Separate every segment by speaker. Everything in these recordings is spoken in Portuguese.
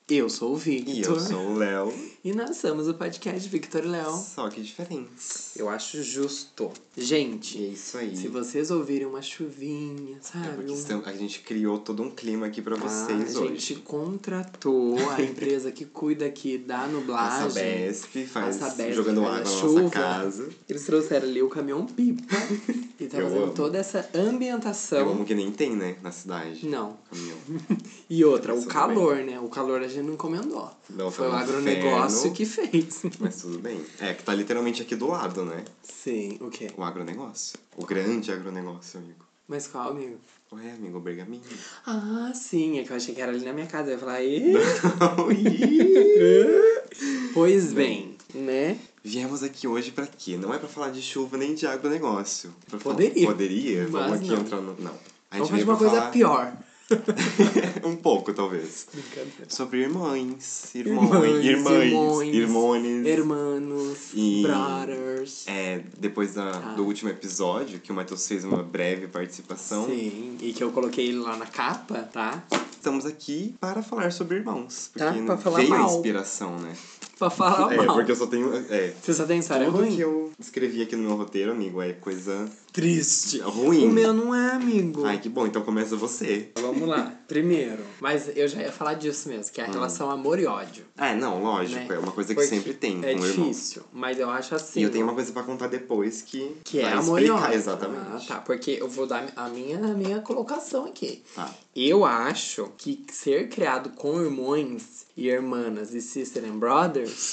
Speaker 1: Eu sou o Victor.
Speaker 2: E eu sou o Léo.
Speaker 1: E nós somos o podcast Victor e Léo.
Speaker 2: Só que diferentes.
Speaker 1: Eu acho justo. Gente,
Speaker 2: E é isso aí.
Speaker 1: se vocês ouvirem uma chuvinha,
Speaker 2: É
Speaker 1: sabe?
Speaker 2: porque a gente criou todo um clima aqui pra vocês
Speaker 1: A
Speaker 2: hoje.
Speaker 1: gente contratou a empresa que cuida aqui da nublagem.
Speaker 2: A Sabesp faz
Speaker 1: A Sabesp
Speaker 2: jogando
Speaker 1: faz
Speaker 2: água
Speaker 1: a
Speaker 2: na
Speaker 1: chuva.
Speaker 2: nossa casa.
Speaker 1: Eles trouxeram ali o caminhão-pipa e tá
Speaker 2: Eu
Speaker 1: fazendo
Speaker 2: amo.
Speaker 1: toda essa ambientação.
Speaker 2: Eu amo que nem tem, né, na cidade.
Speaker 1: Não.
Speaker 2: Caminhão.
Speaker 1: E outra,
Speaker 2: Mas
Speaker 1: o
Speaker 2: tudo
Speaker 1: calor, né? O calor a gente não encomendou.
Speaker 2: Não,
Speaker 1: Foi o
Speaker 2: tá um
Speaker 1: agronegócio
Speaker 2: inferno.
Speaker 1: que fez.
Speaker 2: Mas tudo bem. É, que tá literalmente aqui do lado, né?
Speaker 1: Sim, o quê?
Speaker 2: O agronegócio. O grande agronegócio, amigo.
Speaker 1: Mas qual, amigo?
Speaker 2: Ué, amigo, o Bergaminho.
Speaker 1: Ah, sim. É que eu achei que era ali na minha casa. Eu ia falar... "Ih". Pois bem, né?
Speaker 2: Viemos aqui hoje pra quê? Não é pra falar de chuva nem de agronegócio.
Speaker 1: Poderia.
Speaker 2: Poderia?
Speaker 1: Mas
Speaker 2: Vamos aqui
Speaker 1: não.
Speaker 2: entrar no... Não. A
Speaker 1: Vamos
Speaker 2: gente
Speaker 1: fazer uma
Speaker 2: veio
Speaker 1: coisa
Speaker 2: pra falar
Speaker 1: pior.
Speaker 2: um pouco, talvez.
Speaker 1: Brincadeira.
Speaker 2: Sobre irmãs,
Speaker 1: Irmãs,
Speaker 2: irmãos,
Speaker 1: hermanos,
Speaker 2: E-
Speaker 1: brothers.
Speaker 2: depois do último episódio, que o Matheus fez uma breve participação,
Speaker 1: Sim, e que eu coloquei ele lá na capa, tá?
Speaker 2: estamos aqui para falar sobre irmãos.
Speaker 1: Tá,
Speaker 2: Porque
Speaker 1: pra falar
Speaker 2: veio a
Speaker 1: mal.
Speaker 2: inspiração, né?
Speaker 1: Pra falar mal.
Speaker 2: Porque eu só tenho...
Speaker 1: Você só tem história
Speaker 2: tudo
Speaker 1: ruim?
Speaker 2: que eu escrevi aqui no meu roteiro, amigo, é coisa
Speaker 1: Triste.
Speaker 2: ruim.
Speaker 1: O meu não é, amigo.
Speaker 2: Ai, que bom, então começa você.
Speaker 1: Vamos lá. Primeiro, mas eu já ia falar disso mesmo, que é a relação amor e ódio.
Speaker 2: Não, lógico,
Speaker 1: Né?
Speaker 2: é uma coisa que
Speaker 1: Porque
Speaker 2: sempre tem
Speaker 1: é
Speaker 2: com o irmão.
Speaker 1: difícil, mas eu acho assim.
Speaker 2: E eu tenho uma coisa pra contar depois que
Speaker 1: Que
Speaker 2: vai
Speaker 1: é amor e
Speaker 2: explicar
Speaker 1: ódio.
Speaker 2: exatamente.
Speaker 1: Ah, tá. Porque eu vou dar a minha colocação aqui.
Speaker 2: Tá.
Speaker 1: Eu acho que ser criado com irmãos e irmãs e sister and brothers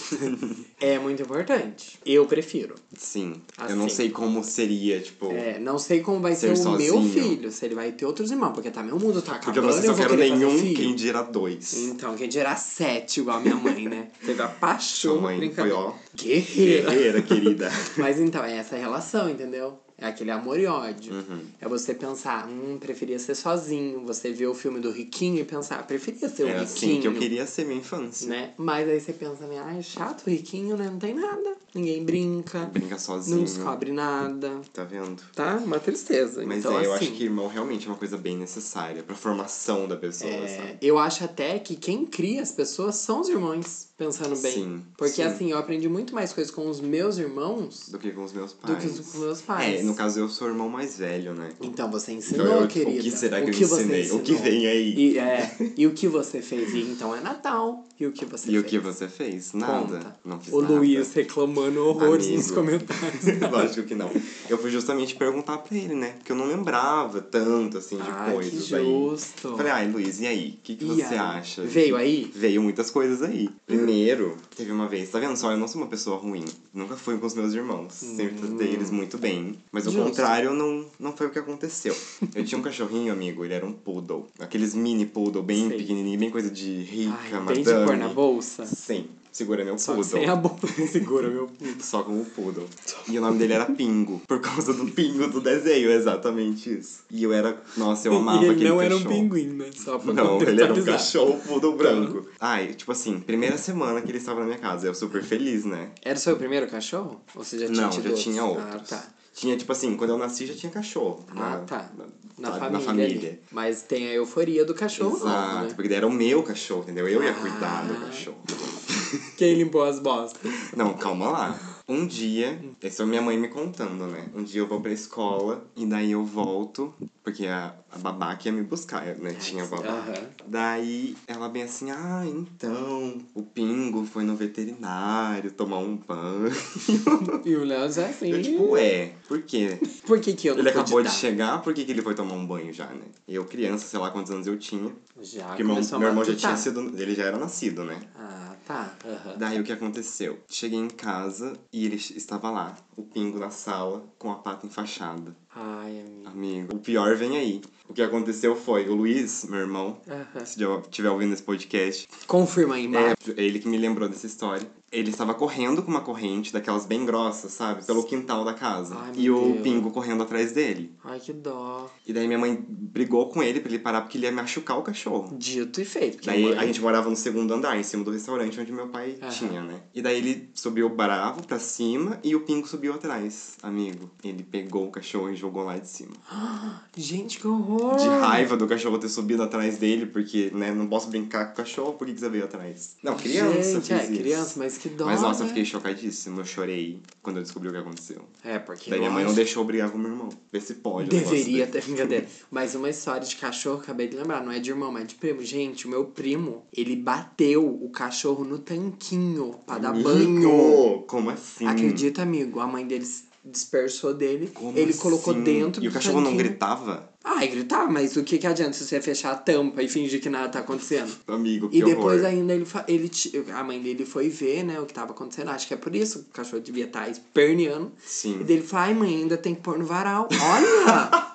Speaker 1: é muito importante. Eu prefiro.
Speaker 2: Sim.
Speaker 1: Assim.
Speaker 2: Eu não sei como seria, tipo...
Speaker 1: Não sei como vai ser
Speaker 2: Ser
Speaker 1: o meu
Speaker 2: sozinho.
Speaker 1: filho, se ele vai ter outros irmãos, porque tá meu mundo tá
Speaker 2: Porque
Speaker 1: acabando,
Speaker 2: eu não sei se eu
Speaker 1: vou
Speaker 2: quero
Speaker 1: querer fazer
Speaker 2: nenhum,
Speaker 1: filho.
Speaker 2: quem dirá 2.
Speaker 1: Então, quem dirá 7, igual a minha mãe, né? Teve a paixão,
Speaker 2: Sua mãe foi,
Speaker 1: brincadeira.
Speaker 2: ó...
Speaker 1: Guerreira.
Speaker 2: Guerreira, querida.
Speaker 1: Mas então, é essa relação, entendeu? É aquele amor e ódio.
Speaker 2: Uhum.
Speaker 1: É você pensar, preferia ser sozinho. Você vê o filme do Riquinho e pensar, preferia ser o
Speaker 2: Era
Speaker 1: Riquinho.
Speaker 2: assim que eu queria ser minha infância.
Speaker 1: Né? Mas aí você pensa, né? Ai, chato o Riquinho, né? Não tem nada. Ninguém brinca.
Speaker 2: Brinca sozinho.
Speaker 1: Não descobre nada.
Speaker 2: Tá vendo?
Speaker 1: Tá? Uma tristeza.
Speaker 2: Mas
Speaker 1: então,
Speaker 2: eu
Speaker 1: assim,
Speaker 2: acho que irmão realmente é uma coisa bem necessária pra formação da pessoa, sabe?
Speaker 1: eu acho até que quem cria as pessoas são os irmãos, pensando bem.
Speaker 2: Sim,
Speaker 1: Porque
Speaker 2: sim.
Speaker 1: assim, eu aprendi muito mais coisas com os meus irmãos
Speaker 2: Do que com os meus
Speaker 1: do
Speaker 2: pais.
Speaker 1: que com os meus pais.
Speaker 2: No caso, eu sou o irmão mais velho, né?
Speaker 1: Então você
Speaker 2: Então,
Speaker 1: ensinou, querida.
Speaker 2: o que será que eu
Speaker 1: você
Speaker 2: ensinei? O que
Speaker 1: ensinou?
Speaker 2: vem aí?
Speaker 1: E o que você fez? E então é Natal. E o que você fez?
Speaker 2: E o que você fez? Nada.
Speaker 1: Conta.
Speaker 2: Não fiz
Speaker 1: O
Speaker 2: nada.
Speaker 1: Luiz reclamando horrores
Speaker 2: Amigo.
Speaker 1: nos comentários.
Speaker 2: Lógico que não. Eu fui justamente perguntar pra ele, né? Porque eu não lembrava tanto, assim, de
Speaker 1: Ah,
Speaker 2: coisas.
Speaker 1: que
Speaker 2: Daí
Speaker 1: justo.
Speaker 2: falei, ai, Luiz, e aí? O que
Speaker 1: E
Speaker 2: você
Speaker 1: aí?
Speaker 2: acha?
Speaker 1: Veio aí?
Speaker 2: Veio muitas coisas aí. Primeiro, teve uma vez, tá vendo só? Eu não sou uma pessoa ruim. Nunca fui com os meus irmãos. Sempre tratei eles muito bem. Mas o
Speaker 1: Justo.
Speaker 2: contrário não foi o que aconteceu. Eu tinha um cachorrinho, amigo, ele era um poodle. Aqueles mini poodle, bem
Speaker 1: Sei.
Speaker 2: pequenininho, bem coisa de rica,
Speaker 1: Ai,
Speaker 2: madame.
Speaker 1: tem de pôr na bolsa?
Speaker 2: Sim. Segura meu
Speaker 1: Só que
Speaker 2: poodle.
Speaker 1: sem a bolsa. Segura meu poodle.
Speaker 2: Só com o poodle. E o nome dele era Pingo. Por causa do Pingo do desenho, exatamente isso. E eu era... Nossa, eu amava
Speaker 1: E ele
Speaker 2: aquele
Speaker 1: não
Speaker 2: cachorro.
Speaker 1: era um pinguim, né? Só pra
Speaker 2: Não, ele era um
Speaker 1: contextualizar.
Speaker 2: cachorro poodle branco. Ai, tipo assim, primeira semana que ele estava na minha casa, eu super feliz, né?
Speaker 1: Era o seu primeiro cachorro? Ou você já tinha
Speaker 2: Não,
Speaker 1: tido
Speaker 2: já
Speaker 1: outros?
Speaker 2: tinha outros.
Speaker 1: Ah, tá.
Speaker 2: Tinha, tipo assim, quando eu nasci já tinha cachorro.
Speaker 1: Tá. Na
Speaker 2: Na
Speaker 1: família. Ali. Mas tem a euforia do cachorro
Speaker 2: Exato,
Speaker 1: novo, né?
Speaker 2: porque daí era o meu cachorro, entendeu? Eu ia cuidar do cachorro.
Speaker 1: Quem limpou as bostas?
Speaker 2: Não, calma lá. Um dia, essa é a minha mãe me contando, né? Um dia eu vou pra escola e daí eu volto, porque a babá que ia me buscar, né? Tinha a babá.
Speaker 1: Aham.
Speaker 2: Daí ela bem assim, então, o Pingo foi no veterinário tomar um banho.
Speaker 1: E o Léo já assim...
Speaker 2: Eu tipo, por quê?
Speaker 1: Por que eu não
Speaker 2: Ele
Speaker 1: pude
Speaker 2: acabou de
Speaker 1: dar?
Speaker 2: chegar, por que ele foi tomar um banho já, né? Eu, criança, sei lá quantos anos eu tinha.
Speaker 1: Já
Speaker 2: Porque
Speaker 1: começou
Speaker 2: meu
Speaker 1: a
Speaker 2: irmão já
Speaker 1: matutar.
Speaker 2: tinha sido, ele já era nascido, né?
Speaker 1: Ah, tá. Aham.
Speaker 2: Daí o que aconteceu? Cheguei em casa e ele estava lá, o Pingo na sala, com a pata enfaixada.
Speaker 1: Ai, amigo.
Speaker 2: Amigo, o pior vem aí. O que aconteceu foi, o Luiz, meu irmão,
Speaker 1: Aham.
Speaker 2: se já estiver ouvindo esse podcast,
Speaker 1: Confirma aí embaixo.
Speaker 2: é ele que me lembrou dessa história. Ele estava correndo com uma corrente, daquelas bem grossas, sabe? Pelo quintal da casa.
Speaker 1: Ai,
Speaker 2: E
Speaker 1: meu
Speaker 2: o
Speaker 1: Deus.
Speaker 2: Pingo correndo atrás dele.
Speaker 1: Ai, que dó.
Speaker 2: E daí minha mãe brigou com ele pra ele parar, porque ele ia machucar o cachorro.
Speaker 1: Dito e feito. porque
Speaker 2: Daí
Speaker 1: mãe-
Speaker 2: a gente morava no segundo andar, em cima do restaurante onde meu pai
Speaker 1: Aham.
Speaker 2: tinha, né? E daí ele subiu bravo pra cima e o Pingo subiu atrás, amigo. Ele pegou o cachorro e jogou lá de cima.
Speaker 1: Gente, que horror!
Speaker 2: De raiva do cachorro ter subido atrás dele, porque, né, não posso brincar com o cachorro, por que você veio atrás? Não, criança
Speaker 1: Gente,
Speaker 2: fez isso.
Speaker 1: criança, mas que dó,
Speaker 2: Mas, nossa, eu
Speaker 1: né?
Speaker 2: fiquei chocadíssimo. Eu chorei quando eu descobri o que aconteceu.
Speaker 1: É, porque
Speaker 2: Daí minha mãe não
Speaker 1: lógico,
Speaker 2: deixou eu brigar com meu irmão. Vê se pode.
Speaker 1: deveria ter, brincadeira. Mas uma história de cachorro, acabei de lembrar, não é de irmão, mas é de primo. Gente, o meu primo, ele bateu o cachorro no tanquinho pra dar banho.
Speaker 2: Como assim?
Speaker 1: Acredita, amigo, a mãe dele dispersou dele,
Speaker 2: Como
Speaker 1: ele
Speaker 2: assim?
Speaker 1: colocou dentro
Speaker 2: E
Speaker 1: do
Speaker 2: o cachorro não
Speaker 1: tanquinho.
Speaker 2: gritava?
Speaker 1: Ai, gritava, mas o que adianta se você fechar a tampa e fingir que nada tá acontecendo?
Speaker 2: Amigo, que
Speaker 1: E depois
Speaker 2: horror.
Speaker 1: ainda a mãe dele foi ver, né, o que tava acontecendo. Acho que é por isso que o cachorro devia estar esperneando.
Speaker 2: Sim.
Speaker 1: E dele falou, ai mãe, ainda tem que pôr no varal. Olha!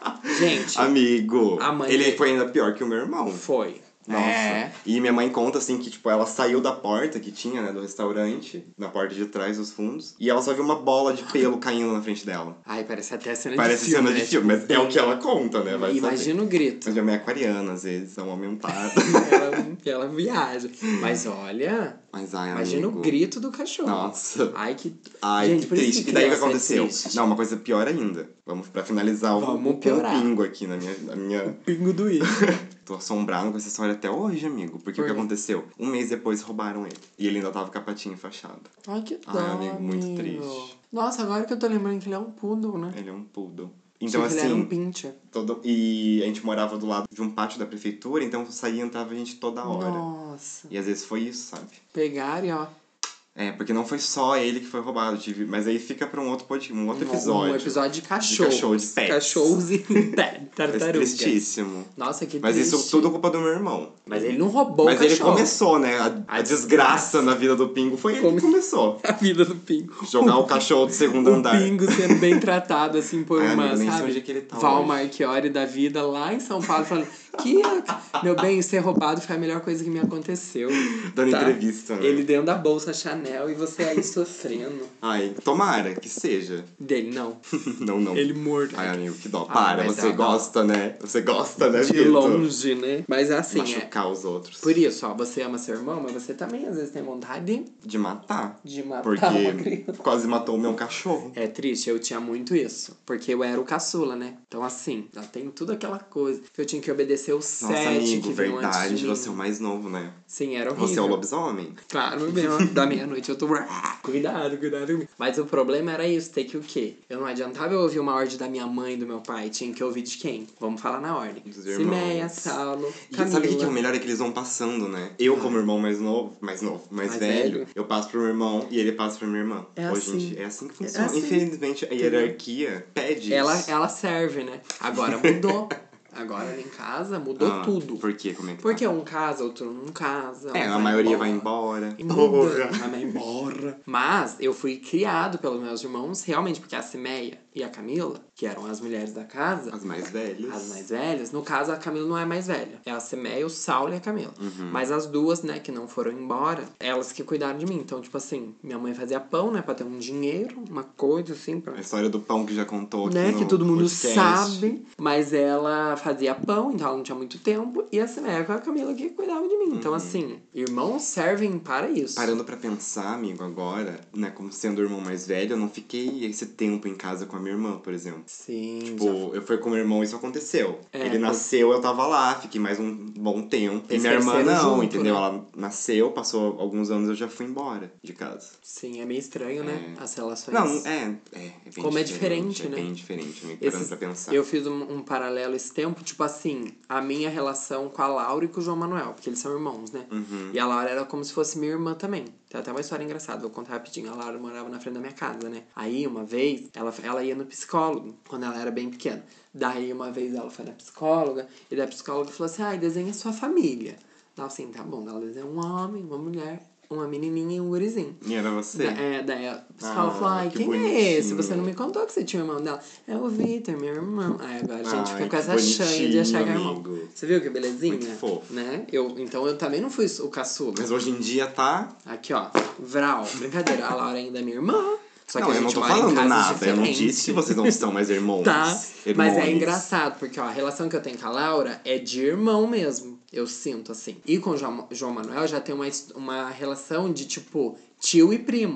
Speaker 1: Gente,
Speaker 2: Amigo,
Speaker 1: a mãe
Speaker 2: ele
Speaker 1: dele-
Speaker 2: foi ainda pior que o meu irmão.
Speaker 1: foi.
Speaker 2: Nossa.
Speaker 1: É.
Speaker 2: E minha mãe conta assim que, tipo, ela saiu da porta que tinha, né, do restaurante, na porta de trás dos fundos, e ela só viu uma bola de pelo caindo na frente dela.
Speaker 1: Ai, parece até cena
Speaker 2: Parece
Speaker 1: de filme,
Speaker 2: cena de
Speaker 1: né?
Speaker 2: filme,
Speaker 1: Tipo,
Speaker 2: mas é o que ela conta, né? Vai
Speaker 1: imagina
Speaker 2: saber.
Speaker 1: o grito.
Speaker 2: Mas minha mãe é aquariana, às vezes, é uma aumentada.
Speaker 1: ela viaja. Mas olha,
Speaker 2: Mas ai,
Speaker 1: imagina
Speaker 2: amigo.
Speaker 1: o grito do cachorro.
Speaker 2: Nossa.
Speaker 1: Ai, que...
Speaker 2: Ai,
Speaker 1: Gente,
Speaker 2: que
Speaker 1: por isso
Speaker 2: triste. E daí o que
Speaker 1: criança é
Speaker 2: aconteceu?
Speaker 1: triste.
Speaker 2: Não, uma coisa pior ainda. Vamos pra finalizar
Speaker 1: Vamos
Speaker 2: o
Speaker 1: piorar.
Speaker 2: pingo aqui na minha...
Speaker 1: Pingo do i.
Speaker 2: Tô assombrado com essa história até hoje, amigo. Porque o que aconteceu? Um mês depois roubaram ele. E ele ainda tava com a patinha enfaixada.
Speaker 1: Ai, que dó,
Speaker 2: Ai, amigo, muito
Speaker 1: amigo.
Speaker 2: triste.
Speaker 1: Nossa, agora que eu tô lembrando que ele é um poodle, né?
Speaker 2: Ele é um poodle.
Speaker 1: Achei
Speaker 2: Então,
Speaker 1: que ele era um
Speaker 2: assim,
Speaker 1: pincher.
Speaker 2: e a gente morava do lado de um pátio da prefeitura, então saía e entrava a gente toda hora.
Speaker 1: Nossa.
Speaker 2: E às vezes foi isso, sabe?
Speaker 1: Pegaram e ó.
Speaker 2: É, porque não foi só ele que foi roubado, mas aí fica pra um outro episódio.
Speaker 1: Um episódio de cachorro.
Speaker 2: De cachorro, de pets.
Speaker 1: Cachorros e
Speaker 2: É
Speaker 1: tartarugas.
Speaker 2: tristíssimo.
Speaker 1: Nossa, que
Speaker 2: Mas
Speaker 1: triste.
Speaker 2: isso tudo culpa do meu irmão.
Speaker 1: Mas ele não roubou
Speaker 2: Mas
Speaker 1: o
Speaker 2: ele
Speaker 1: cachorro.
Speaker 2: começou, né? A desgraça na vida do Pingo foi ele que começou.
Speaker 1: A vida do Pingo.
Speaker 2: Jogar o cachorro do segundo andar.
Speaker 1: O Pingo sendo bem tratado, assim, por
Speaker 2: Ai,
Speaker 1: uma,
Speaker 2: amigo, nem sei
Speaker 1: sabe?
Speaker 2: onde é que ele tá
Speaker 1: Val
Speaker 2: hoje.
Speaker 1: Marchiori da vida lá em São Paulo, falando que, meu bem, ser roubado foi a melhor coisa que me aconteceu.
Speaker 2: Dando
Speaker 1: tá?
Speaker 2: entrevista, né?
Speaker 1: Ele dentro da bolsa Chanel e você aí sofrendo.
Speaker 2: Ai, tomara que seja.
Speaker 1: Dele, não.
Speaker 2: Não.
Speaker 1: Ele morto.
Speaker 2: Ai, amigo, que dó.
Speaker 1: Ah,
Speaker 2: Para,
Speaker 1: mas
Speaker 2: você
Speaker 1: dá dó.
Speaker 2: gosta, né? Você gosta, né,
Speaker 1: De
Speaker 2: Vitor?
Speaker 1: longe, né? Mas assim,
Speaker 2: Machucar os outros.
Speaker 1: por isso, ó, você ama seu irmão, mas você também às vezes tem vontade
Speaker 2: De matar.
Speaker 1: de matar uma
Speaker 2: Porque
Speaker 1: criança.
Speaker 2: quase matou o meu cachorro.
Speaker 1: É triste, eu tinha muito isso. Porque eu era o caçula, né? Então, assim, já tem tudo aquela coisa que eu tinha que obedecer os
Speaker 2: Nossa,
Speaker 1: 7
Speaker 2: amigo,
Speaker 1: que vinham antes de
Speaker 2: verdade.
Speaker 1: mim.
Speaker 2: Você é o mais novo, né?
Speaker 1: Sim, era horrível.
Speaker 2: Você é o lobisomem?
Speaker 1: Claro, meu, da meia-noite eu tô... Cuidado. Mas o problema era isso, ter que o quê? Eu não adiantava eu ouvir uma ordem da minha mãe e do meu pai. Tinha que ouvir de quem? Vamos falar na ordem.
Speaker 2: Dos irmãos.
Speaker 1: Cimeia, Saulo,
Speaker 2: E
Speaker 1: Camila.
Speaker 2: sabe o que é o melhor? É que eles vão passando, né? Eu, como irmão mais
Speaker 1: Mais
Speaker 2: velho,
Speaker 1: velho.
Speaker 2: eu passo pro meu irmão e ele passa pra minha irmã.
Speaker 1: É
Speaker 2: Hoje em
Speaker 1: assim.
Speaker 2: dia, é assim que funciona.
Speaker 1: assim.
Speaker 2: Infelizmente, a hierarquia pede
Speaker 1: Ela,
Speaker 2: isso.
Speaker 1: ela serve, né? Agora mudou. Agora em casa mudou tudo.
Speaker 2: Por quê? Como é que
Speaker 1: Porque
Speaker 2: tá?
Speaker 1: um casa, outro não casa.
Speaker 2: É,
Speaker 1: um
Speaker 2: a maioria vai embora.
Speaker 1: E muda, vai embora. Mas eu fui criado pelos meus irmãos, realmente, porque a Cimeia e a Camila, que eram as mulheres da casa,
Speaker 2: As mais velhas.
Speaker 1: as mais velhas, no caso a Camila não é mais velha. É a Cimeia, o Saulo e a Camila. Mas as duas, né, que não foram embora, elas que cuidaram de mim. Então, tipo assim, minha mãe fazia pão, né, pra ter um dinheiro, uma coisa assim, pra...
Speaker 2: A história do pão que já contou aqui
Speaker 1: né,
Speaker 2: no
Speaker 1: que todo mundo
Speaker 2: podcast.
Speaker 1: sabe, mas ela fazia pão, então ela não tinha muito tempo, e a Cimeia com a Camila que cuidava de mim. Então, assim, irmãos servem para isso.
Speaker 2: Parando pra pensar, amigo, agora, né, como sendo o irmão mais velho, eu não fiquei esse tempo em casa com a minha irmã, por exemplo.
Speaker 1: Sim,
Speaker 2: Tipo, eu fui com o meu irmão e isso aconteceu.
Speaker 1: É,
Speaker 2: Ele nasceu, eu tava lá, fiquei mais um bom tempo. E
Speaker 1: Eles
Speaker 2: minha irmã
Speaker 1: cresceram
Speaker 2: não,
Speaker 1: junto,
Speaker 2: entendeu?
Speaker 1: né?
Speaker 2: Ela nasceu, passou alguns anos, eu já fui embora de casa.
Speaker 1: sim, é meio estranho, né? As relações.
Speaker 2: Não, é bem
Speaker 1: Como é diferente,
Speaker 2: é
Speaker 1: né?
Speaker 2: bem diferente, amigo, parando pra pensar.
Speaker 1: Eu fiz um paralelo esse tempo, tipo assim, a minha relação com a Laura e com o João Manuel, porque eles são irmãos, né? E a Laura era como se fosse minha irmã também. Tem até uma história engraçada, vou contar rapidinho. A Laura morava na frente da minha casa, né? Aí, uma vez, ela ia no psicólogo, quando ela era bem pequena. Daí, uma vez, ela foi na psicóloga, e da psicóloga falou assim, desenha sua família. Ela assim, tá bom. Ela desenhou um homem, uma mulher, uma menininha e um gurizinho.
Speaker 2: E era você?
Speaker 1: Daí a psicóloga falou,
Speaker 2: que
Speaker 1: quem
Speaker 2: bonitinho.
Speaker 1: é esse? Você não me contou que você tinha um irmão dela. É o Vitor, meu irmão. Aí agora a gente fica com
Speaker 2: que
Speaker 1: essa chanha de achar que é irmão.
Speaker 2: amigo.
Speaker 1: Você viu que belezinha?
Speaker 2: Muito fofo.
Speaker 1: Né? Então eu também não fui o caçula.
Speaker 2: Mas hoje em dia tá...
Speaker 1: Aqui, ó. Vral. Brincadeira. A Laura ainda é minha irmã. Só que
Speaker 2: não,
Speaker 1: a
Speaker 2: eu não
Speaker 1: gente
Speaker 2: tô
Speaker 1: mora em
Speaker 2: falando
Speaker 1: casas
Speaker 2: nada. Eu não
Speaker 1: diferentes.
Speaker 2: disse que vocês não são mais irmãos.
Speaker 1: Tá, mas é
Speaker 2: Irmãos.
Speaker 1: engraçado, porque ó, a relação que eu tenho com a Laura é de irmão mesmo. Eu sinto, assim. E com o João Manuel já tem uma relação de, tipo, tio e primo.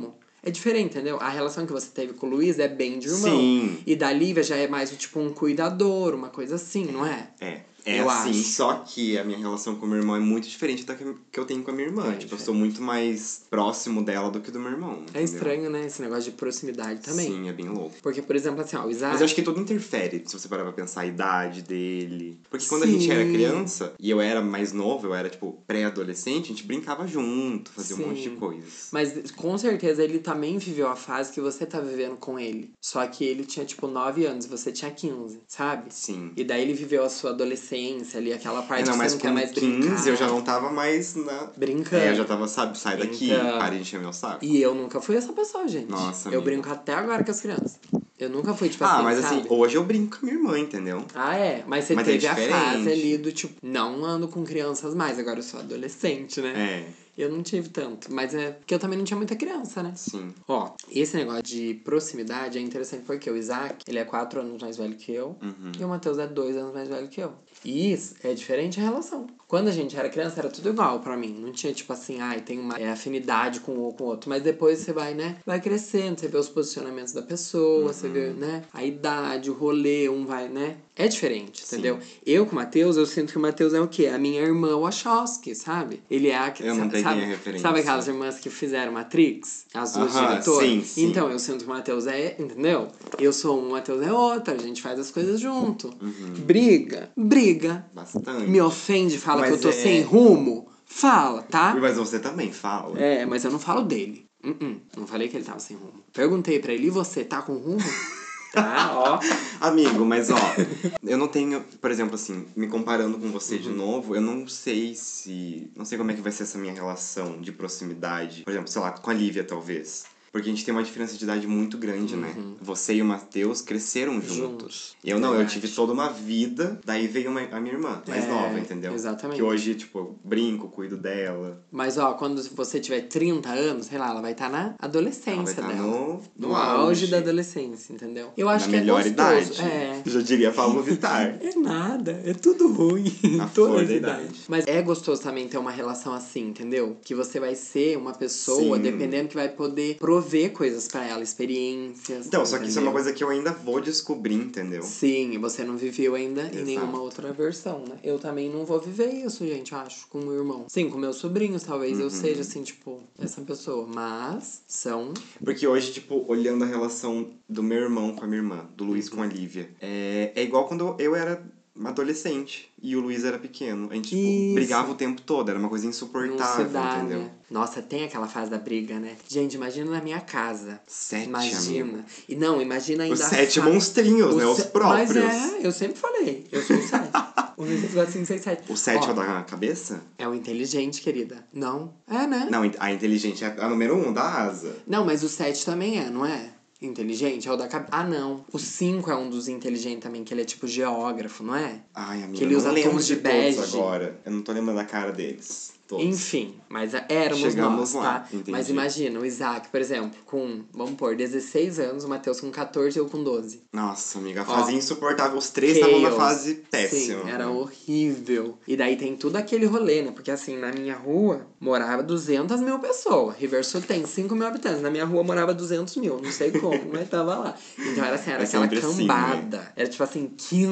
Speaker 1: É diferente, entendeu? A relação que você teve com o Luiz é bem de irmão.
Speaker 2: Sim.
Speaker 1: E da Lívia já é mais, tipo, um cuidador, uma coisa assim, não é?
Speaker 2: É
Speaker 1: Eu
Speaker 2: assim,
Speaker 1: acho.
Speaker 2: só que a minha relação com o meu irmão é muito diferente da que eu tenho com a minha irmã. Tipo, eu sou muito mais próximo dela do que do meu irmão. Entendeu?
Speaker 1: É estranho, né? Esse negócio de proximidade também.
Speaker 2: Sim, é bem louco.
Speaker 1: Porque, por exemplo, assim, ó, o Isaac...
Speaker 2: Mas eu acho que tudo interfere, se você parar pra pensar a idade dele. Porque quando a gente era criança, e eu era mais novo, eu era, tipo, pré-adolescente, a gente brincava junto, fazia um monte de coisas.
Speaker 1: Mas, com certeza, ele também viveu a fase que você tá vivendo com ele. Só que ele tinha, tipo, 9 anos, você tinha 15, sabe?
Speaker 2: Sim.
Speaker 1: E daí ele viveu a sua adolescência ali, aquela parte
Speaker 2: não,
Speaker 1: que
Speaker 2: mas
Speaker 1: você não quer mais brincar.
Speaker 2: 15 eu já não tava mais
Speaker 1: brincando.
Speaker 2: Eu já tava, sabe, sai daqui, pare de encher meu saco.
Speaker 1: E eu nunca fui essa pessoa, gente.
Speaker 2: Nossa,
Speaker 1: eu
Speaker 2: amigo.
Speaker 1: brinco até agora com as crianças. Eu nunca fui, tipo assim,
Speaker 2: mas
Speaker 1: sabe?
Speaker 2: assim, hoje eu brinco com a minha irmã, entendeu?
Speaker 1: Ah, é? Mas você
Speaker 2: Mas
Speaker 1: teve
Speaker 2: é
Speaker 1: a fase
Speaker 2: diferente.
Speaker 1: ali do tipo, não ando com crianças mais, agora eu sou adolescente, né? Eu não tive tanto, mas é porque eu também não tinha muita criança, né?
Speaker 2: Sim.
Speaker 1: Ó, esse negócio de proximidade é interessante porque o Isaac, ele é 4 anos mais velho que eu, e o Matheus é 2 anos mais velho que eu. E isso é diferente a relação. Quando a gente era criança, era tudo igual pra mim. Não tinha, tipo assim, tem uma afinidade com um ou com o outro. Mas depois você vai, né? Vai crescendo, você vê os posicionamentos da pessoa, você vê, né? A idade, o rolê, um vai, né? É diferente, entendeu? Eu com o Matheus, eu sinto que o Matheus é o quê? A minha irmã Wachowski, sabe? Ele é a...
Speaker 2: Eu não peguei a referência.
Speaker 1: Sabe aquelas irmãs que fizeram Matrix? As duas diretoras?
Speaker 2: Sim.
Speaker 1: Então, eu sinto que o Matheus é... Entendeu? Eu sou um, o Matheus é outra. A gente faz as coisas junto. Briga.
Speaker 2: Bastante.
Speaker 1: Me ofende, fala
Speaker 2: Mas
Speaker 1: que eu tô sem rumo. Fala, tá?
Speaker 2: Mas você também fala.
Speaker 1: Mas eu não falo dele. Não falei que ele tava sem rumo. Perguntei pra ele, e você, tá com rumo? Tá, ó.
Speaker 2: Amigo, mas ó, eu não tenho, por exemplo, assim, me comparando com você de novo, eu não sei como é que vai ser essa minha relação de proximidade. Por exemplo, sei lá, com a Lívia, talvez. Porque a gente tem uma diferença de idade muito grande, né? Você e o Matheus cresceram juntos. Eu não, eu tive toda uma vida, daí veio a minha irmã, mais nova, entendeu?
Speaker 1: Exatamente.
Speaker 2: Que hoje, tipo, eu brinco, cuido dela.
Speaker 1: Mas, ó, quando você tiver 30 anos, sei lá, ela vai estar na adolescência
Speaker 2: ela vai
Speaker 1: dela.
Speaker 2: no
Speaker 1: auge da adolescência, entendeu? Eu acho
Speaker 2: na
Speaker 1: que
Speaker 2: melhor
Speaker 1: é gostoso.
Speaker 2: idade. Já diria Pablo Vittar.
Speaker 1: É nada, é tudo ruim.
Speaker 2: A
Speaker 1: todas
Speaker 2: flor
Speaker 1: as
Speaker 2: da
Speaker 1: idades.
Speaker 2: idade.
Speaker 1: Mas é gostoso também ter uma relação assim, entendeu? Que você vai ser uma pessoa, dependendo, que vai poder prover coisas pra ela, experiências.
Speaker 2: Então, só que isso é uma coisa que eu ainda vou descobrir, entendeu?
Speaker 1: Sim, e você não viveu ainda em nenhuma outra versão, né? Eu também não vou viver isso, gente, eu acho, com o meu irmão. Sim, com meus sobrinhos, talvez eu seja, assim, tipo, essa pessoa. Mas são...
Speaker 2: Porque hoje, tipo, olhando a relação do meu irmão com a minha irmã, do Luiz com a Lívia, é igual quando eu era adolescente e o Luiz era pequeno. A gente, tipo, brigava o tempo todo, era uma coisa insuportável, entendeu?
Speaker 1: Né? Nossa, tem aquela fase da briga, né? Gente, imagina na minha casa.
Speaker 2: 7,
Speaker 1: imagina.
Speaker 2: amigo.
Speaker 1: E não, imagina ainda...
Speaker 2: Os 7 monstrinhos, né? Os próprios.
Speaker 1: Mas eu sempre falei, eu sou o 7. O Luiz gosta de 6, 7.
Speaker 2: O 7 é o da cabeça?
Speaker 1: É o inteligente, querida. Não? É, né?
Speaker 2: Não, a inteligente é a número 1, da asa.
Speaker 1: Não, mas o 7 também é, não é? Inteligente? É o da cabeça. Ah, não. O 5 é um dos inteligentes também, que ele é tipo geógrafo, não é?
Speaker 2: Ai, amiga,
Speaker 1: que ele usa tons de bege.
Speaker 2: Todos agora. Eu não tô lembrando a cara deles. Todos.
Speaker 1: Enfim, mas éramos
Speaker 2: Chegamos
Speaker 1: nós,
Speaker 2: lá,
Speaker 1: tá?
Speaker 2: entendi.
Speaker 1: Mas imagina, o Isaac, por exemplo, com, vamos pôr, 16 anos, o Matheus com 14 e eu com 12.
Speaker 2: Nossa, amiga, a fase insuportável. Os 3 estavam na fase péssima.
Speaker 1: Sim, era horrível. E daí tem tudo aquele rolê, né? Porque assim, na minha rua morava 200 mil pessoas. Riversul tem 5 mil habitantes. Na minha rua morava 200 mil. Não sei como, mas tava lá. Então era assim, era aquela cambada. Assim, né? Era tipo assim,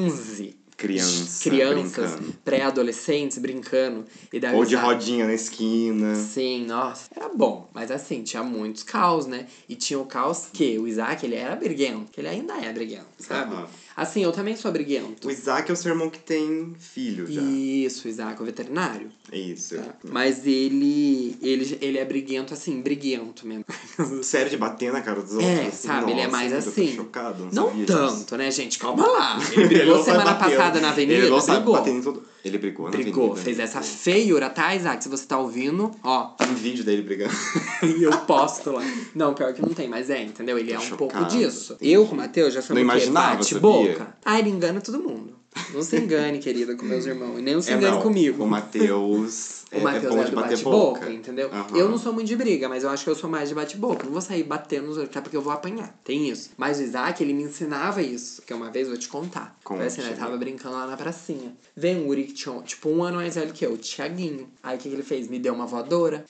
Speaker 1: 15
Speaker 2: crianças
Speaker 1: brincando. Pré-adolescentes brincando. E daí
Speaker 2: ou de rodinha na esquina.
Speaker 1: Sim, nossa. Era bom. Mas assim, tinha muitos caos, né? E tinha o caos que o Isaac, ele era briguento. Que ele ainda é briguento, sabe? Assim, eu também sou briguento.
Speaker 2: O Isaac é o seu irmão que tem filho já.
Speaker 1: Isso, o Isaac, o veterinário.
Speaker 2: É isso.
Speaker 1: Tá? Mas ele é briguento, assim, briguento mesmo.
Speaker 2: Sério, de bater na cara dos outros?
Speaker 1: Assim, sabe? Nossa, ele é mais assim.
Speaker 2: Eu tô chocado,
Speaker 1: não tanto, disso. Né, gente? Calma lá. Ele brigou semana passada na avenida.
Speaker 2: Ele não sabe bater em todo... Ele brigou na avenida.
Speaker 1: Brigou, fez essa feiura, tá, Isaac? Se você tá ouvindo, ó.
Speaker 2: Tem vídeo dele brigando.
Speaker 1: E eu posto lá. Não, pior que não tem, mas entendeu? Ele é um pouco disso.
Speaker 2: Entendi.
Speaker 1: Eu com o Matheus já sou
Speaker 2: não imaginava,
Speaker 1: bate-boca. Ele engana todo mundo. Não se engane, querida, com meus irmãos. E nem não se engane comigo.
Speaker 2: O Matheus...
Speaker 1: O Matheus é do bate-boca, entendeu? Eu não sou muito de briga, mas eu acho que eu sou mais de bate-boca. Não vou sair batendo nos outros, até porque eu vou apanhar. Tem isso. Mas o Isaac, ele me ensinava isso. Que uma vez eu vou te contar. Foi assim, ele tava brincando lá na pracinha. Vem um guri que tinha, tipo, 1 ano mais velho que eu, o Thiaguinho. Aí o que ele fez? Me deu uma voadora.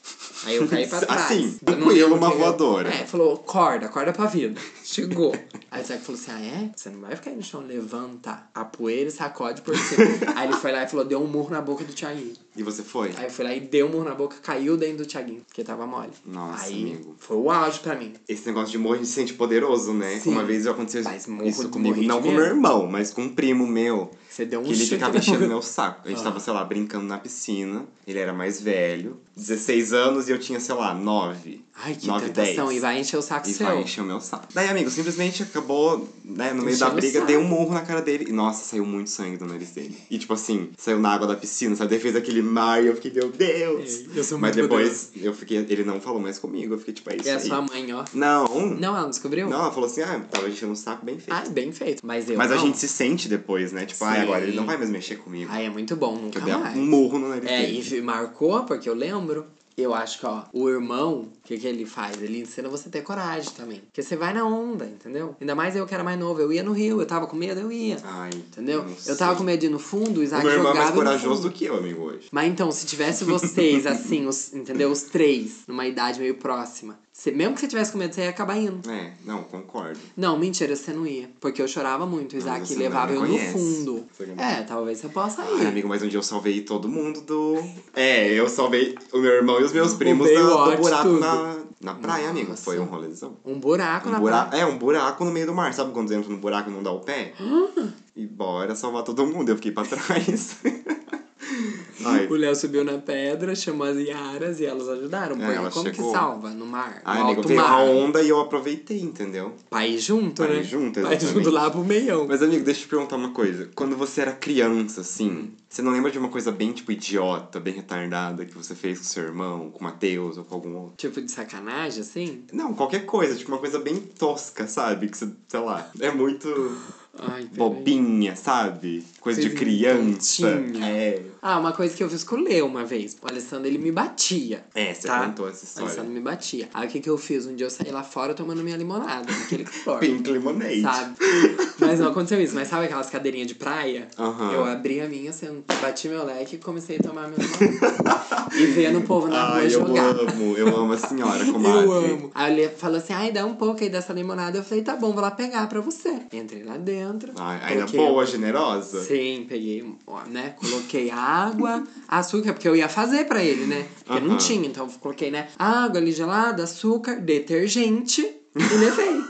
Speaker 1: Aí eu caí pra trás.
Speaker 2: Assim,
Speaker 1: Eu não
Speaker 2: tranquilo,
Speaker 1: lembro
Speaker 2: uma
Speaker 1: quem
Speaker 2: voadora.
Speaker 1: falou, acorda pra vida. Chegou. Aí o Zac falou assim, Você não vai ficar aí no chão, levanta a poeira e sacode por cima. Aí ele foi lá e falou, deu um murro na boca do Thiaguinho.
Speaker 2: E você foi?
Speaker 1: Aí eu fui lá e dei um murro na boca, caiu dentro do Thiaguinho, porque tava mole.
Speaker 2: Nossa,
Speaker 1: aí,
Speaker 2: amigo.
Speaker 1: foi o auge pra mim.
Speaker 2: Esse negócio de morro a gente se sente poderoso, né?
Speaker 1: Sim.
Speaker 2: Uma vez aconteceu isso comigo. Não com meu irmão, mas com um primo meu.
Speaker 1: Você deu um
Speaker 2: que ele
Speaker 1: chute
Speaker 2: ficava
Speaker 1: na
Speaker 2: enchendo
Speaker 1: boca.
Speaker 2: meu saco. A gente tava, sei lá, brincando na piscina. Ele era mais velho. 16 anos e eu tinha, sei lá, 9.
Speaker 1: Ai, que
Speaker 2: 9,
Speaker 1: tentação.
Speaker 2: 10.
Speaker 1: E vai encher o saco
Speaker 2: E
Speaker 1: seu.
Speaker 2: vai encher o meu saco. Daí, amigo, simplesmente acabou, né, no meio da
Speaker 1: Enchendo o
Speaker 2: briga,
Speaker 1: saco.
Speaker 2: dei um murro na cara dele. E, nossa, saiu muito sangue do nariz dele. E, tipo assim, saiu na água da piscina, sabe? Daí fez aquele mar e eu fiquei, meu Deus!
Speaker 1: Eu sou
Speaker 2: Mas
Speaker 1: muito
Speaker 2: depois, eu fiquei, ele não falou mais comigo. Eu fiquei, tipo, é isso
Speaker 1: E a
Speaker 2: aí.
Speaker 1: sua mãe, ó.
Speaker 2: Não.
Speaker 1: Não, ela não descobriu?
Speaker 2: Não, ela falou assim, tava enchendo um saco bem feito.
Speaker 1: Ah, bem feito. Mas eu
Speaker 2: Mas
Speaker 1: não.
Speaker 2: a gente se sente depois, né? Tipo,
Speaker 1: Sim.
Speaker 2: agora ele não vai mais mexer comigo.
Speaker 1: Ai, é muito bom, nunca
Speaker 2: Eu dei
Speaker 1: mais.
Speaker 2: um murro no nariz
Speaker 1: É,
Speaker 2: dele.
Speaker 1: e marcou, porque eu lembro. Eu acho que, ó, o irmão, o que ele faz? Ele ensina você a ter coragem também. Porque você vai na onda, entendeu? Ainda mais eu que era mais novo. Eu ia no rio, eu tava com medo, eu ia.
Speaker 2: Ai,
Speaker 1: Entendeu?
Speaker 2: não
Speaker 1: Eu tava
Speaker 2: sei.
Speaker 1: com medo de ir no fundo, o Isaac
Speaker 2: O meu irmão é
Speaker 1: jogava
Speaker 2: mais
Speaker 1: no
Speaker 2: corajoso
Speaker 1: fundo.
Speaker 2: do que eu, amigo, hoje.
Speaker 1: Mas então, se tivesse vocês, assim, entendeu? Os três, numa idade meio próxima. Mesmo que você tivesse com medo, você ia acabar indo.
Speaker 2: É, não, concordo.
Speaker 1: Não, mentira, você não ia. Porque eu chorava muito. O
Speaker 2: Mas
Speaker 1: Isaac
Speaker 2: você
Speaker 1: levava
Speaker 2: não
Speaker 1: eu
Speaker 2: me
Speaker 1: no
Speaker 2: conhece.
Speaker 1: fundo.
Speaker 2: Você não-
Speaker 1: Talvez você possa
Speaker 2: Ai,
Speaker 1: ir.
Speaker 2: amigo, mas um dia eu salvei todo mundo do... eu salvei o meu irmão e os meus primos do
Speaker 1: Baywatch,
Speaker 2: buraco
Speaker 1: tudo.
Speaker 2: na praia, amigo.
Speaker 1: Nossa.
Speaker 2: Foi um rolezão.
Speaker 1: Um buraco na
Speaker 2: buraco,
Speaker 1: praia.
Speaker 2: um buraco no meio do mar. Sabe quando você entra no buraco e não dá o pé? E bora salvar todo mundo. Eu fiquei pra trás. Ai.
Speaker 1: O Léo subiu na pedra, chamou as Iaras e elas ajudaram. Porque
Speaker 2: ela
Speaker 1: como
Speaker 2: chegou.
Speaker 1: que salva? No mar?
Speaker 2: Ai,
Speaker 1: No
Speaker 2: amigo,
Speaker 1: alto
Speaker 2: veio
Speaker 1: mar.
Speaker 2: a onda e eu aproveitei, entendeu?
Speaker 1: Pra ir junto,
Speaker 2: Pra ir
Speaker 1: né?
Speaker 2: junto,
Speaker 1: Pra ir
Speaker 2: exatamente.
Speaker 1: junto lá pro meião.
Speaker 2: Mas, amigo, deixa eu te perguntar uma coisa. Quando você era criança, assim, você não lembra de uma coisa bem, tipo, idiota, bem retardada que você fez com seu irmão, com o Matheus ou com algum outro?
Speaker 1: Tipo de sacanagem, assim?
Speaker 2: Não, qualquer coisa. Tipo, uma coisa bem tosca, sabe? Que você, sei lá, é muito
Speaker 1: Ai, peraí.
Speaker 2: bobinha, sabe? Coisa de
Speaker 1: Coisa
Speaker 2: criança.
Speaker 1: tontinha.
Speaker 2: É.
Speaker 1: Ah, uma coisa que eu fiz com o Leo uma vez. O Alessandro, ele me batia.
Speaker 2: É, você
Speaker 1: tá?
Speaker 2: contou essa
Speaker 1: O
Speaker 2: história.
Speaker 1: Alessandro me batia. Aí o que eu fiz? Um dia eu saí lá fora tomando minha limonada, naquele calor.
Speaker 2: Pink Lemonade.
Speaker 1: Sabe? Mas não aconteceu isso. Mas sabe aquelas cadeirinhas de praia?
Speaker 2: Aham.
Speaker 1: Eu abri a minha, bati meu leque e comecei a tomar meu limonada. E vendo o povo na rua
Speaker 2: Ai,
Speaker 1: jogar.
Speaker 2: eu amo a senhora, comadre.
Speaker 1: Eu amo. Aí ele falou assim, ai, dá um pouco aí dessa limonada. Eu falei, tá bom, vou lá pegar pra você. Entrei lá dentro.
Speaker 2: Ai, ainda
Speaker 1: coloquei-
Speaker 2: boa, generosa?
Speaker 1: Sim, peguei, ó, né? Coloquei água, açúcar, porque eu ia fazer pra ele, né? Porque não
Speaker 2: Aham.
Speaker 1: tinha, então eu coloquei, né? Água ali gelada, açúcar, detergente e levei.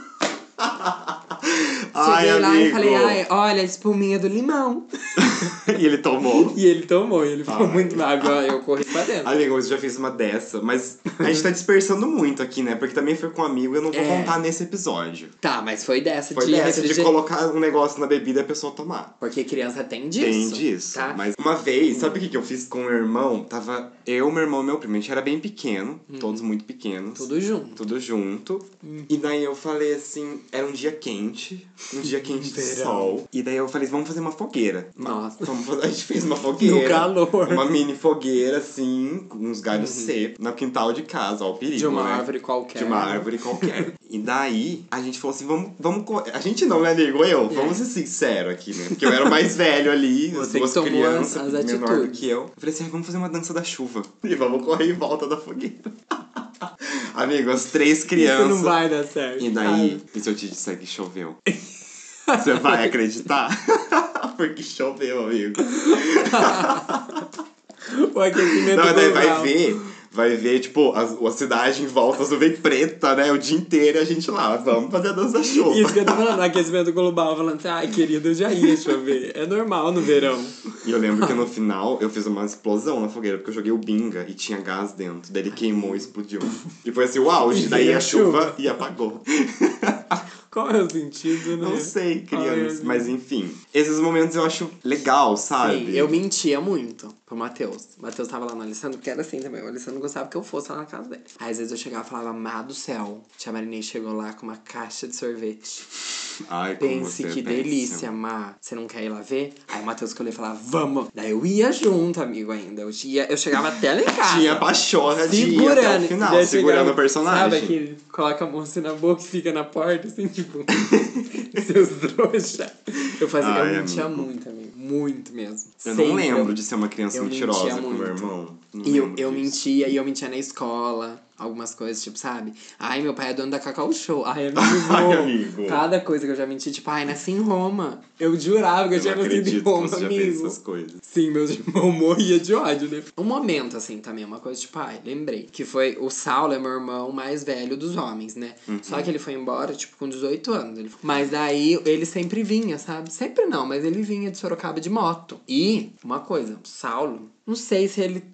Speaker 2: Ai,
Speaker 1: Cheguei lá
Speaker 2: amigo.
Speaker 1: e falei, ai, olha a espuminha do limão.
Speaker 2: E ele tomou.
Speaker 1: E ele tomou, ele ficou
Speaker 2: Ai.
Speaker 1: muito magro, eu corri pra dentro.
Speaker 2: Amigo, você já fez uma dessa, mas a gente tá dispersando muito aqui, né? Porque também foi com um amigo e eu não vou
Speaker 1: É.
Speaker 2: contar nesse episódio.
Speaker 1: Tá, mas foi dessa
Speaker 2: Foi
Speaker 1: de
Speaker 2: dessa de
Speaker 1: refrigerante.
Speaker 2: colocar um negócio na bebida e a pessoa tomar.
Speaker 1: Porque criança tem disso.
Speaker 2: Tem disso.
Speaker 1: Tá?
Speaker 2: Mas uma vez, sabe o que eu fiz com o meu irmão? Tava eu, meu irmão e meu primo. A gente era bem pequeno, todos muito pequenos.
Speaker 1: Tudo junto.
Speaker 2: Tudo junto. E daí eu falei assim, era um dia quente de
Speaker 1: Verão.
Speaker 2: sol. E daí eu falei, vamos fazer uma fogueira.
Speaker 1: Nossa.
Speaker 2: A gente fez uma fogueira.
Speaker 1: No calor.
Speaker 2: Uma mini fogueira, assim, com uns galhos secos, no quintal de casa, ó, o perigo,
Speaker 1: De uma
Speaker 2: né?
Speaker 1: árvore qualquer.
Speaker 2: De uma árvore qualquer. E daí, a gente falou assim, vamos a gente não, né, amigo? Eu. Vamos ser sinceros aqui, né? Porque eu era o mais velho ali, as
Speaker 1: Você que
Speaker 2: duas
Speaker 1: tomou
Speaker 2: crianças,
Speaker 1: as
Speaker 2: menor do
Speaker 1: atitudes.
Speaker 2: que eu. Eu falei assim, vamos fazer uma dança da chuva. E vamos correr em volta da fogueira. Amigo, as 3 crianças.
Speaker 1: Isso não vai dar certo.
Speaker 2: E daí, e se eu te disser que choveu? Você vai acreditar? Porque choveu, amigo.
Speaker 1: O aquecimento
Speaker 2: Não, daí
Speaker 1: global.
Speaker 2: vai ver, tipo, a cidade em volta azul bem preta, né? O dia inteiro e a gente lá, vamos fazer a dança da chuva.
Speaker 1: Isso que eu tô falando, o aquecimento global, falando assim, ai, querido, eu já ia chover. É normal no verão.
Speaker 2: E eu lembro que no final eu fiz uma explosão na fogueira, porque eu joguei o binga e tinha gás dentro. Daí ele queimou e explodiu. E foi assim, o auge,
Speaker 1: E
Speaker 2: daí
Speaker 1: veio
Speaker 2: a
Speaker 1: a
Speaker 2: chuva
Speaker 1: chuva.
Speaker 2: e apagou.
Speaker 1: Qual é o sentido, né?
Speaker 2: Não sei, criança.
Speaker 1: Ai,
Speaker 2: Mas enfim, esses momentos eu acho legal, sabe?
Speaker 1: Sim, eu mentia muito pro Matheus. O Matheus tava lá no Alessandro, porque era assim também. O Alessandro gostava que eu fosse lá na casa dele. Aí às vezes eu chegava e falava, amado céu. Tia Marinei chegou lá com uma caixa de sorvete.
Speaker 2: Ai, como
Speaker 1: Pense
Speaker 2: você é
Speaker 1: que
Speaker 2: péssimo.
Speaker 1: delícia, Má. Você não quer ir lá ver? Aí o Matheus escolheu e falava, vamos. Daí eu ia junto, amigo, ainda. Eu chegava até lá em casa.
Speaker 2: Tinha pachorra de ir até o final,
Speaker 1: Daí
Speaker 2: segurando
Speaker 1: chegava,
Speaker 2: o personagem.
Speaker 1: Sabe aquele coloca a mão assim na boca e fica na porta, assim, tipo... seus trouxa. Eu fazia,
Speaker 2: Ai,
Speaker 1: eu mentia
Speaker 2: amigo.
Speaker 1: muito, amigo. Muito mesmo.
Speaker 2: Eu
Speaker 1: Sempre
Speaker 2: não lembro de ser uma criança
Speaker 1: eu
Speaker 2: mentirosa
Speaker 1: mentia
Speaker 2: com meu
Speaker 1: muito.
Speaker 2: irmão. Não
Speaker 1: E eu
Speaker 2: lembro disso.
Speaker 1: mentia, e eu mentia na escola. Algumas coisas, tipo, sabe? Ai, meu pai é dono da Cacau Show. Ai, amigo.
Speaker 2: Ai, amigo.
Speaker 1: Cada coisa que eu já menti, tipo, ai, nasci em Roma. Eu jurava que eu tinha nascido em Roma,
Speaker 2: que você
Speaker 1: amigo.
Speaker 2: já fez essas coisas.
Speaker 1: Sim, meus irmãos morriam de ódio, né? Um momento, assim, também, uma coisa, tipo, ai, lembrei. Que foi, o Saulo é meu irmão mais velho dos homens, né? Só que ele foi embora, tipo, com 18 anos. Mas daí, ele sempre vinha, sabe? Sempre não, mas ele vinha de Sorocaba de moto. E, uma coisa, o Saulo, não sei se ele...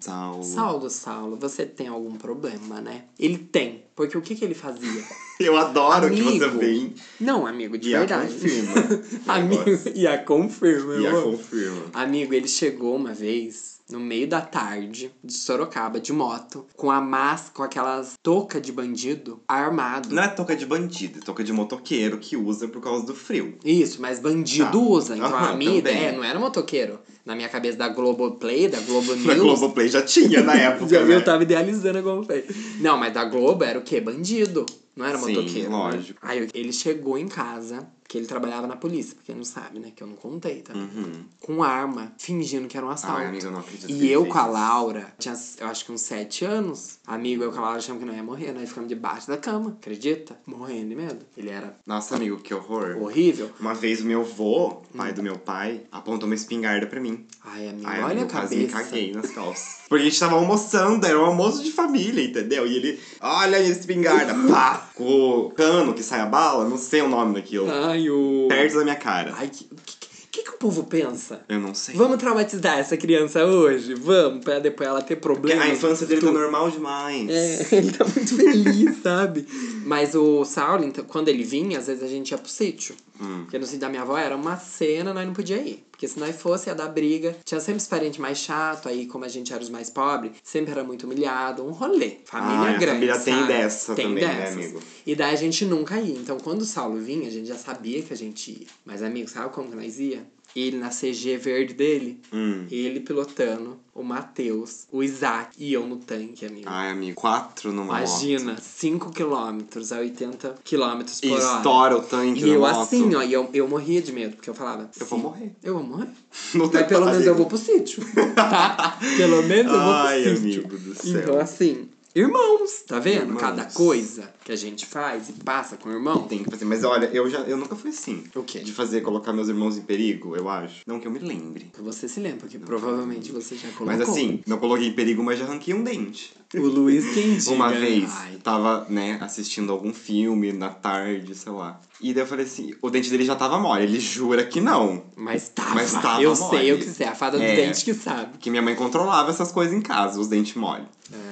Speaker 1: Saulo, você tem algum problema, né? Ele tem. Porque o que ele fazia?
Speaker 2: Eu adoro
Speaker 1: Amigo.
Speaker 2: que você vem.
Speaker 1: Não, amigo, de
Speaker 2: E a
Speaker 1: verdade.
Speaker 2: confirma.
Speaker 1: Amigo, e a confirma.
Speaker 2: E a
Speaker 1: eu amo.
Speaker 2: confirma.
Speaker 1: Amigo, ele chegou uma vez, no meio da tarde, de Sorocaba, de moto, com a máscara, com aquelas touca de bandido, armado.
Speaker 2: Não é touca de bandido, é touca de motoqueiro que usa por causa do frio.
Speaker 1: Isso, mas bandido usa. Então a minha
Speaker 2: também.
Speaker 1: ideia não era motoqueiro. Na minha cabeça da Globoplay, da Globo News.
Speaker 2: Na Globoplay já tinha na época,
Speaker 1: Já,
Speaker 2: né?
Speaker 1: eu tava idealizando a Globoplay. Não, mas da Globo era o quê? Bandido. Não era
Speaker 2: Sim,
Speaker 1: motoqueiro.
Speaker 2: lógico.
Speaker 1: Né? Aí ele chegou em casa, que ele trabalhava na polícia, porque não sabe, né? Que eu não contei, tá? Com arma, fingindo que era um assalto.
Speaker 2: Ai, amiga, eu não acredito que
Speaker 1: E
Speaker 2: ele
Speaker 1: eu
Speaker 2: fez
Speaker 1: com a
Speaker 2: isso.
Speaker 1: Laura, tinha, eu acho que uns 7 anos. Amigo, eu com a Laura achamos que não ia morrer, nós ficamos debaixo da cama, acredita? Morrendo de medo. Ele era
Speaker 2: Nossa, amigo, que horror.
Speaker 1: horrível.
Speaker 2: Uma vez o meu vô, pai do meu pai, apontou uma espingarda pra mim.
Speaker 1: Ai, amigo,
Speaker 2: Ai,
Speaker 1: olha
Speaker 2: amigo,
Speaker 1: a
Speaker 2: eu quase me
Speaker 1: cabeça.
Speaker 2: caguei nas calças. Porque a gente tava almoçando, era um almoço de família, entendeu? E ele, olha a espingarda, pá! Com o cano que sai a bala, não sei o nome daquilo.
Speaker 1: Ai, o...
Speaker 2: Perto da minha cara.
Speaker 1: Ai, que o povo pensa?
Speaker 2: Eu não sei.
Speaker 1: Vamos traumatizar essa criança hoje? Vamos, pra depois ela ter
Speaker 2: Porque
Speaker 1: problemas.
Speaker 2: a infância dele tá normal demais.
Speaker 1: É, ele tá muito feliz, sabe? Mas o Saulo, então, quando ele vinha, às vezes a gente ia pro sítio. Porque no sítio da minha avó era uma cena, nós não podíamos ir. Porque se nós fosse, ia dar briga. Tinha sempre os parentes mais chatos, aí como a gente era os mais pobres, sempre era muito humilhado. Um rolê. Família grande,
Speaker 2: a família
Speaker 1: sabe?
Speaker 2: tem dessa
Speaker 1: Tem
Speaker 2: também, né,
Speaker 1: dessas.
Speaker 2: amigo?
Speaker 1: E daí a gente nunca ia. Então quando o Saulo vinha, a gente já sabia que a gente ia. Mas, amigo, sabe como que nós ia? Ele na CG verde dele, ele pilotando, o Matheus, o Isaac e eu no tanque, amigo.
Speaker 2: Ai, amigo, 4 numa
Speaker 1: Imagina,
Speaker 2: moto.
Speaker 1: 5 km a 80 km
Speaker 2: E
Speaker 1: por hora.
Speaker 2: estoura o tanque
Speaker 1: E
Speaker 2: na
Speaker 1: eu
Speaker 2: moto.
Speaker 1: assim, ó, e eu morria de medo, porque eu falava...
Speaker 2: Eu vou morrer.
Speaker 1: Eu vou morrer.
Speaker 2: Não tem
Speaker 1: Mas pelo menos
Speaker 2: amigo.
Speaker 1: eu vou pro sítio, tá? Pelo menos eu vou pro
Speaker 2: Ai,
Speaker 1: sítio.
Speaker 2: amigo do céu.
Speaker 1: Então, assim... Irmãos, tá vendo?
Speaker 2: Irmãos.
Speaker 1: Cada coisa que a gente faz e passa com o irmão.
Speaker 2: Tem que fazer. Mas olha, eu nunca fui assim.
Speaker 1: O quê?
Speaker 2: De colocar meus irmãos em perigo, eu acho. Não que eu me lembre.
Speaker 1: Que você se lembra, porque provavelmente você já colocou.
Speaker 2: Mas assim, não coloquei em perigo, mas já arranquei um dente.
Speaker 1: O Luiz quem diga.
Speaker 2: Uma vez,
Speaker 1: Ai.
Speaker 2: tava, né, assistindo algum filme na tarde, sei lá. E daí eu falei assim, o dente dele já tava mole. Ele jura que não.
Speaker 1: Mas tava.
Speaker 2: Mas tava
Speaker 1: eu
Speaker 2: mole.
Speaker 1: sei, eu que sei. A fada do
Speaker 2: É.
Speaker 1: dente que sabe.
Speaker 2: Que minha mãe controlava essas coisas em casa, os dentes mole.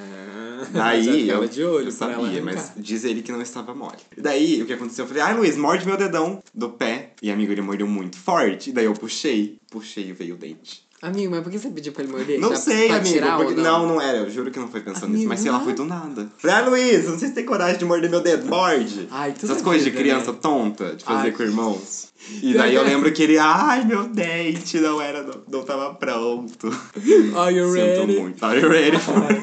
Speaker 1: Já
Speaker 2: Daí
Speaker 1: ficava
Speaker 2: eu,
Speaker 1: de olho
Speaker 2: eu
Speaker 1: pra ela
Speaker 2: sabia,
Speaker 1: arrancar.
Speaker 2: mas diz ele que não estava mole. Daí o que aconteceu? Eu falei, ai Luiz, morde meu dedão do pé. E amigo, ele mordeu muito forte. Daí eu puxei e veio o dente.
Speaker 1: Amigo, mas por que você pediu pra ele morder?
Speaker 2: Não
Speaker 1: Já
Speaker 2: sei,
Speaker 1: pra
Speaker 2: amigo.
Speaker 1: tirar
Speaker 2: Porque...
Speaker 1: ou não?
Speaker 2: Não era. Eu juro que não foi pensando
Speaker 1: Amigo,
Speaker 2: nisso. Mas sei lá,
Speaker 1: não.
Speaker 2: foi do nada. Falei, ah, Luiz, eu não sei se tem coragem de morder meu dedo. Morde.
Speaker 1: Ai, tudo
Speaker 2: Essas coisas de
Speaker 1: vida,
Speaker 2: criança
Speaker 1: né?
Speaker 2: tonta, de fazer
Speaker 1: Ai.
Speaker 2: com irmãos. E daí eu lembro que ele, ai, meu dente não tava pronto.
Speaker 1: Are you
Speaker 2: Sinto
Speaker 1: ready?
Speaker 2: muito. Are you ready?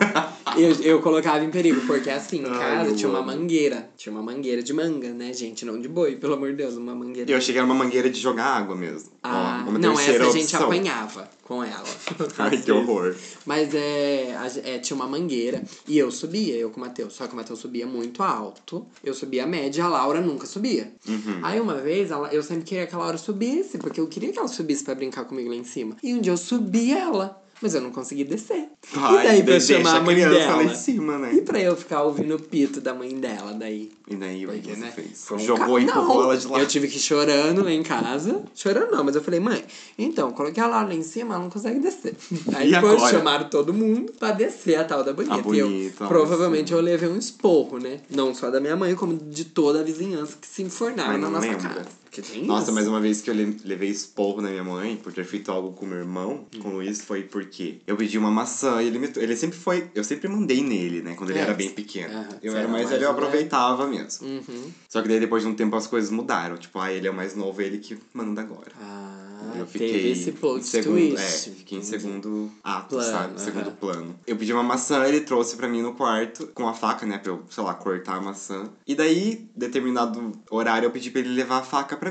Speaker 1: Eu colocava em perigo, porque assim, em
Speaker 2: Ai,
Speaker 1: casa
Speaker 2: eu
Speaker 1: tinha uma
Speaker 2: amo.
Speaker 1: mangueira. Tinha uma mangueira de manga, né, gente? Não de boi, pelo amor de Deus, uma mangueira.
Speaker 2: Eu achei que era uma mangueira de jogar água mesmo.
Speaker 1: Ah,
Speaker 2: Ó, uma
Speaker 1: não, essa
Speaker 2: terceira
Speaker 1: a gente
Speaker 2: opção.
Speaker 1: apanhava com ela.
Speaker 2: Ai, que horror.
Speaker 1: Mas tinha uma mangueira e eu subia, eu com o Matheus. Só que o Matheus subia muito alto, eu subia média, a Laura nunca subia. Aí uma vez, eu sempre queria que a Laura subisse, porque eu queria que ela subisse pra brincar comigo lá em cima. E um dia eu subi ela, mas eu não consegui descer.
Speaker 2: Ai,
Speaker 1: e daí pra eu
Speaker 2: deixa
Speaker 1: chamar a mãe
Speaker 2: criança
Speaker 1: dela?
Speaker 2: lá em cima, né?
Speaker 1: E pra eu ficar ouvindo o pito da mãe dela, daí...
Speaker 2: E daí o que
Speaker 1: Porque,
Speaker 2: você
Speaker 1: né?
Speaker 2: fez?
Speaker 1: Foi um
Speaker 2: Jogou e empurrou ela de lá.
Speaker 1: Eu tive que ir chorando lá em casa. Chorando não, mas eu falei, mãe, então, coloquei ela lá em cima, ela não consegue descer. Aí
Speaker 2: E
Speaker 1: depois
Speaker 2: agora?
Speaker 1: chamaram todo mundo pra descer a tal da bonita.
Speaker 2: A
Speaker 1: E
Speaker 2: bonita,
Speaker 1: eu,
Speaker 2: lá
Speaker 1: provavelmente
Speaker 2: em
Speaker 1: eu levei um esporro, né? Não só da minha mãe, como de toda a vizinhança que se enfornava
Speaker 2: Ai,
Speaker 1: na
Speaker 2: não
Speaker 1: nossa
Speaker 2: lembro.
Speaker 1: casa. Porque tem
Speaker 2: Nossa,
Speaker 1: isso.
Speaker 2: mas uma vez que eu levei esporro na minha mãe por ter feito algo com meu irmão, com o Luiz, foi porque eu pedi uma maçã e ele sempre foi... Eu sempre mandei nele, né? Quando ele era bem pequeno.
Speaker 1: Você
Speaker 2: Eu
Speaker 1: era
Speaker 2: era mais
Speaker 1: mais
Speaker 2: velho, eu
Speaker 1: velho.
Speaker 2: aproveitava mesmo.
Speaker 1: Uhum.
Speaker 2: Só que daí depois de um tempo as coisas mudaram. Tipo, ele é mais novo, ele que manda agora. Eu
Speaker 1: Teve
Speaker 2: fiquei
Speaker 1: esse plot
Speaker 2: em segundo,
Speaker 1: twist.
Speaker 2: fiquei em segundo ato,
Speaker 1: Plano,
Speaker 2: sabe? Segundo
Speaker 1: aham.
Speaker 2: plano. Eu pedi uma maçã, ele trouxe pra mim no quarto, com a faca, né? Pra eu, sei lá, cortar a maçã. E daí, determinado horário, eu pedi pra ele levar a faca pra mim.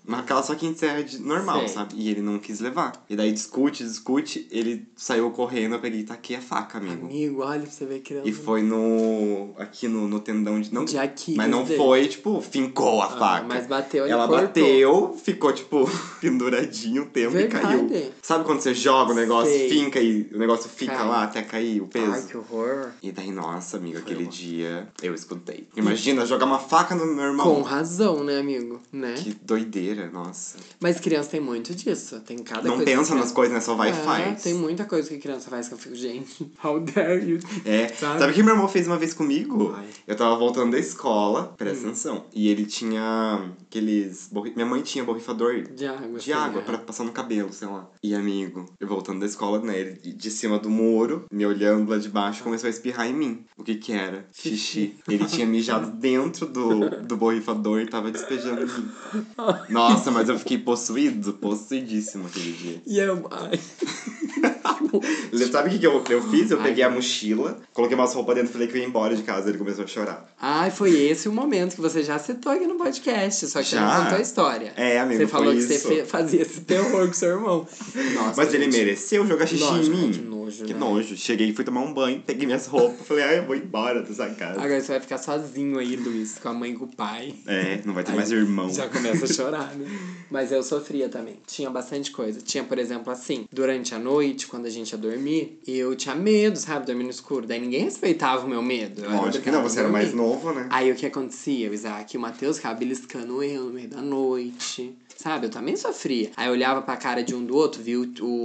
Speaker 2: Aquela só que encerra de normal,
Speaker 1: Sei.
Speaker 2: sabe? E ele não quis levar. E daí discute, ele saiu correndo, eu peguei e taquei a faca, amigo.
Speaker 1: Amigo, olha pra você ver que...
Speaker 2: E foi aqui no tendão de... Não,
Speaker 1: de Aquiles
Speaker 2: mas não
Speaker 1: dele.
Speaker 2: foi, tipo, fincou a faca.
Speaker 1: Mas bateu, ele
Speaker 2: Ela
Speaker 1: cortou.
Speaker 2: bateu, ficou, tipo, penduradinho o tempo
Speaker 1: Verdade.
Speaker 2: e caiu. Sabe quando você joga o negócio,
Speaker 1: Sei.
Speaker 2: finca e o negócio fica
Speaker 1: Cai.
Speaker 2: lá até cair o peso?
Speaker 1: Ai, que horror.
Speaker 2: E daí, nossa, amigo, aquele dia eu escutei. Imagina jogar uma faca no meu irmão.
Speaker 1: Com razão, né, amigo? Né?
Speaker 2: Que doideira, nossa.
Speaker 1: Mas criança tem muito disso. Tem cada
Speaker 2: Não
Speaker 1: coisa.
Speaker 2: pensa nas coisas, né? Só vai e faz.
Speaker 1: Tem muita coisa que criança faz que eu fico, gente, how dare you?
Speaker 2: É. Sabe o que meu irmão fez uma vez comigo?
Speaker 1: Ai.
Speaker 2: Eu tava voltando da escola, presta atenção. E ele tinha aqueles... Minha mãe tinha borrifador
Speaker 1: De água.
Speaker 2: de água pra passar no cabelo, sei lá. E, amigo, eu voltando da escola, né? Ele de cima do muro, me olhando lá de baixo, começou a espirrar em mim. O que que era? Xixi. Ele tinha mijado dentro do borrifador e tava despejando em mim. Nossa, mas eu fiquei possuidíssimo aquele dia.
Speaker 1: E eu... Ai.
Speaker 2: Sabe o que eu fiz? Eu peguei a mochila, coloquei umas roupas dentro e falei que eu ia embora de casa. Ele começou a chorar.
Speaker 1: Ai, foi esse o momento que você já citou aqui no podcast, só que você não contou a história.
Speaker 2: É, amigo,
Speaker 1: você falou que
Speaker 2: isso.
Speaker 1: você fazia esse terror com seu irmão. Nossa,
Speaker 2: mas ele
Speaker 1: gente.
Speaker 2: mereceu jogar xixi
Speaker 1: Lógico,
Speaker 2: em mim.
Speaker 1: que nojo,
Speaker 2: Que
Speaker 1: né?
Speaker 2: nojo. Cheguei, fui tomar um banho, peguei minhas roupas, falei, eu vou embora dessa casa.
Speaker 1: Agora você vai ficar sozinho aí, Luiz, com a mãe e com o pai.
Speaker 2: É, não vai ter
Speaker 1: Aí
Speaker 2: mais irmão.
Speaker 1: Já começa a chorar, né? Mas eu sofria também. Tinha bastante coisa. Tinha, por exemplo, assim, durante a noite, quando a gente ia dormir, eu tinha medo, sabe? Dormir no escuro. Daí ninguém respeitava o meu medo.
Speaker 2: Lógico que não, você era mais novo, né?
Speaker 1: Aí o que acontecia? O Isaac e o Matheus ficavam beliscando eu no meio da noite. Sabe? Eu também sofria. Aí eu olhava pra cara de um do outro, via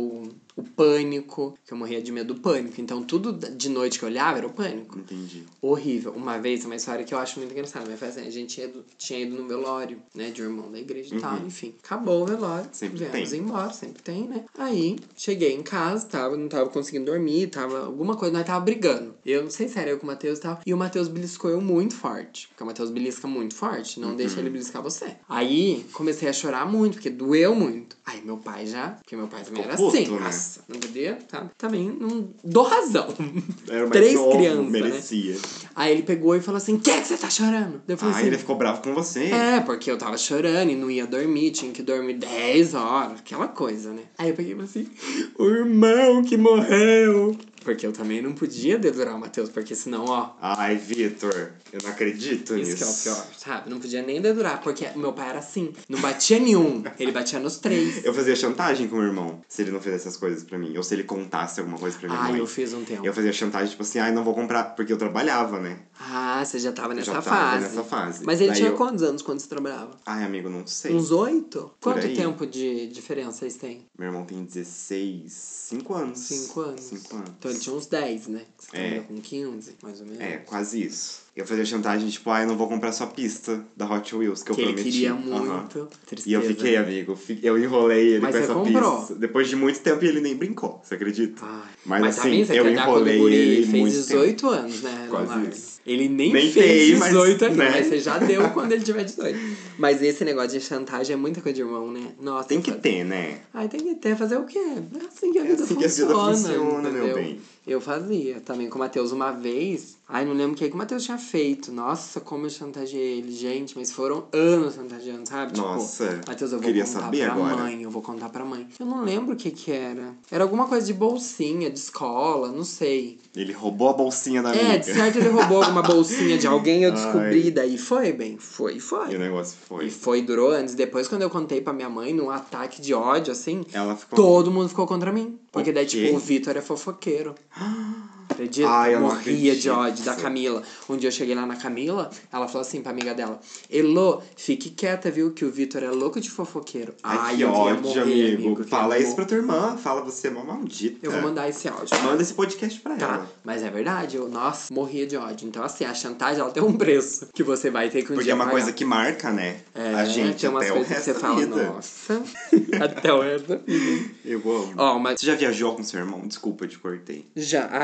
Speaker 1: o pânico, que eu morria de medo do pânico. Então, tudo de noite que eu olhava era o pânico.
Speaker 2: Entendi.
Speaker 1: Horrível. Uma vez, uma história que eu acho muito engraçada. Mas foi assim, a gente tinha ido no velório, né? De um irmão da igreja e tal, enfim. Acabou o velório.
Speaker 2: Sempre
Speaker 1: viemos
Speaker 2: tem.
Speaker 1: embora, sempre tem, né? Aí, cheguei em casa, não tava conseguindo dormir, tava alguma coisa, nós tava brigando. Eu não sei se era eu com o Matheus e tal. E o Matheus beliscou eu muito forte. Porque o Matheus belisca muito forte, não deixa ele beliscar você. Aí, comecei a chorar muito, porque doeu muito. Aí, meu pai porque meu pai também era
Speaker 2: puto,
Speaker 1: assim.
Speaker 2: né?
Speaker 1: Nossa, não podia, sabe? Também não dou razão.
Speaker 2: Era mais
Speaker 1: 3
Speaker 2: novo,
Speaker 1: crianças,
Speaker 2: merecia.
Speaker 1: né? Aí ele pegou e falou assim, que você tá chorando? Daí eu falei assim,
Speaker 2: Ele ficou bravo com você.
Speaker 1: é, porque eu tava chorando e não ia dormir, tinha que dormir 10 horas, aquela coisa, né? Aí eu peguei e falei assim, o irmão que morreu. Porque eu também não podia dedurar o Matheus, porque senão, ó...
Speaker 2: Ai, Vitor, eu não acredito nisso.
Speaker 1: Isso que é o pior, sabe? Não podia nem dedurar, porque meu pai era assim, não batia nenhum, ele batia nos 3.
Speaker 2: Eu fazia chantagem com o meu irmão, se ele não fizesse essas coisas pra mim. Ou se ele contasse alguma coisa pra minha mãe.
Speaker 1: eu fiz um tempo.
Speaker 2: Eu fazia chantagem, tipo assim, não vou comprar, porque eu trabalhava, né?
Speaker 1: Ah, você já tava nessa
Speaker 2: já
Speaker 1: fase.
Speaker 2: tava nessa fase.
Speaker 1: Mas ele
Speaker 2: Daí
Speaker 1: tinha
Speaker 2: eu-
Speaker 1: quantos anos quando você trabalhava?
Speaker 2: Ai, amigo, não sei.
Speaker 1: Uns 8? Quanto
Speaker 2: aí.
Speaker 1: tempo de diferença vocês têm?
Speaker 2: Meu irmão tem 16, 5 anos.
Speaker 1: 5 anos.
Speaker 2: 5 anos.
Speaker 1: Então ele tinha uns 10, né? Você
Speaker 2: É.
Speaker 1: trabalhou com 15, mais ou menos.
Speaker 2: É, quase isso. Eu fazia chantagem, tipo, eu não vou comprar sua pista da Hot Wheels, que eu
Speaker 1: Que ele
Speaker 2: prometi.
Speaker 1: queria
Speaker 2: Aham.
Speaker 1: muito. Tristeza.
Speaker 2: E eu fiquei, amigo, eu enrolei ele
Speaker 1: Mas
Speaker 2: com
Speaker 1: você
Speaker 2: essa
Speaker 1: comprou?
Speaker 2: pista. Depois de muito tempo ele nem brincou, você acredita?
Speaker 1: Ai.
Speaker 2: Mas assim,
Speaker 1: também você
Speaker 2: eu
Speaker 1: quer dar quando o
Speaker 2: enrolei
Speaker 1: guri
Speaker 2: ele
Speaker 1: fez
Speaker 2: muito
Speaker 1: 18 anos, né,
Speaker 2: Quase
Speaker 1: Leonardo?
Speaker 2: isso.
Speaker 1: Ele nem
Speaker 2: Nem
Speaker 1: fez
Speaker 2: tem, mas,
Speaker 1: 18 ainda,
Speaker 2: né?
Speaker 1: mas você já deu quando ele tiver 18. Mas esse negócio de chantagem é muita coisa de irmão, né? Nossa.
Speaker 2: Tem que ter, né?
Speaker 1: Ai, tem que ter. Fazer o quê? É assim que a
Speaker 2: É
Speaker 1: vida
Speaker 2: assim que a vida funciona, meu
Speaker 1: entendeu?
Speaker 2: bem.
Speaker 1: Eu fazia também com o Matheus uma vez. Ai, não lembro o que o Matheus tinha feito. Nossa, como eu chantageei ele. Gente, mas foram anos chantageando, sabe?
Speaker 2: Nossa,
Speaker 1: tipo, Matheus, eu vou
Speaker 2: queria
Speaker 1: contar
Speaker 2: saber
Speaker 1: pra
Speaker 2: agora.
Speaker 1: mãe. Eu vou contar pra mãe. Eu não lembro o que era. Era alguma coisa de bolsinha, de escola, não sei.
Speaker 2: Ele roubou a bolsinha da amiga.
Speaker 1: É, de certo ele roubou alguma bolsinha de alguém, eu descobri.
Speaker 2: Ai.
Speaker 1: Daí foi, bem. Foi.
Speaker 2: E o negócio foi.
Speaker 1: E foi, durou anos. Depois, quando eu contei pra minha mãe, num ataque de ódio, assim,
Speaker 2: Ela ficou...
Speaker 1: todo mundo ficou contra mim. Porque daí,
Speaker 2: quê?
Speaker 1: tipo, o Vitor é fofoqueiro. Acredita?
Speaker 2: Ai, eu não
Speaker 1: Morria de
Speaker 2: acredito.
Speaker 1: ódio da Camila. Um dia eu cheguei lá na Camila, ela falou assim pra amiga dela, Elô, fique quieta, viu, que o Vitor é louco de fofoqueiro.
Speaker 2: Ai, que
Speaker 1: eu queria
Speaker 2: ódio,
Speaker 1: morrer,
Speaker 2: amigo.
Speaker 1: eu queria
Speaker 2: Fala isso
Speaker 1: morrer.
Speaker 2: pra tua irmã. Fala, você é uma maldita.
Speaker 1: Eu vou mandar esse áudio.
Speaker 2: Manda esse podcast pra
Speaker 1: Tá,
Speaker 2: ela.
Speaker 1: mas é verdade, nossa, morria de ódio. Então, assim, a chantagem, ela tem um preço que você vai ter que um
Speaker 2: Porque
Speaker 1: dia
Speaker 2: é uma
Speaker 1: pagar.
Speaker 2: coisa que marca, né?
Speaker 1: É,
Speaker 2: a gente
Speaker 1: tem umas
Speaker 2: até o
Speaker 1: coisas que
Speaker 2: resto
Speaker 1: você
Speaker 2: da
Speaker 1: fala,
Speaker 2: vida.
Speaker 1: nossa, até o resto da vida.
Speaker 2: Eu amo.
Speaker 1: Ó, mas
Speaker 2: Você já viajou com seu irmão? Desculpa, eu te cortei.
Speaker 1: já, ai amigo,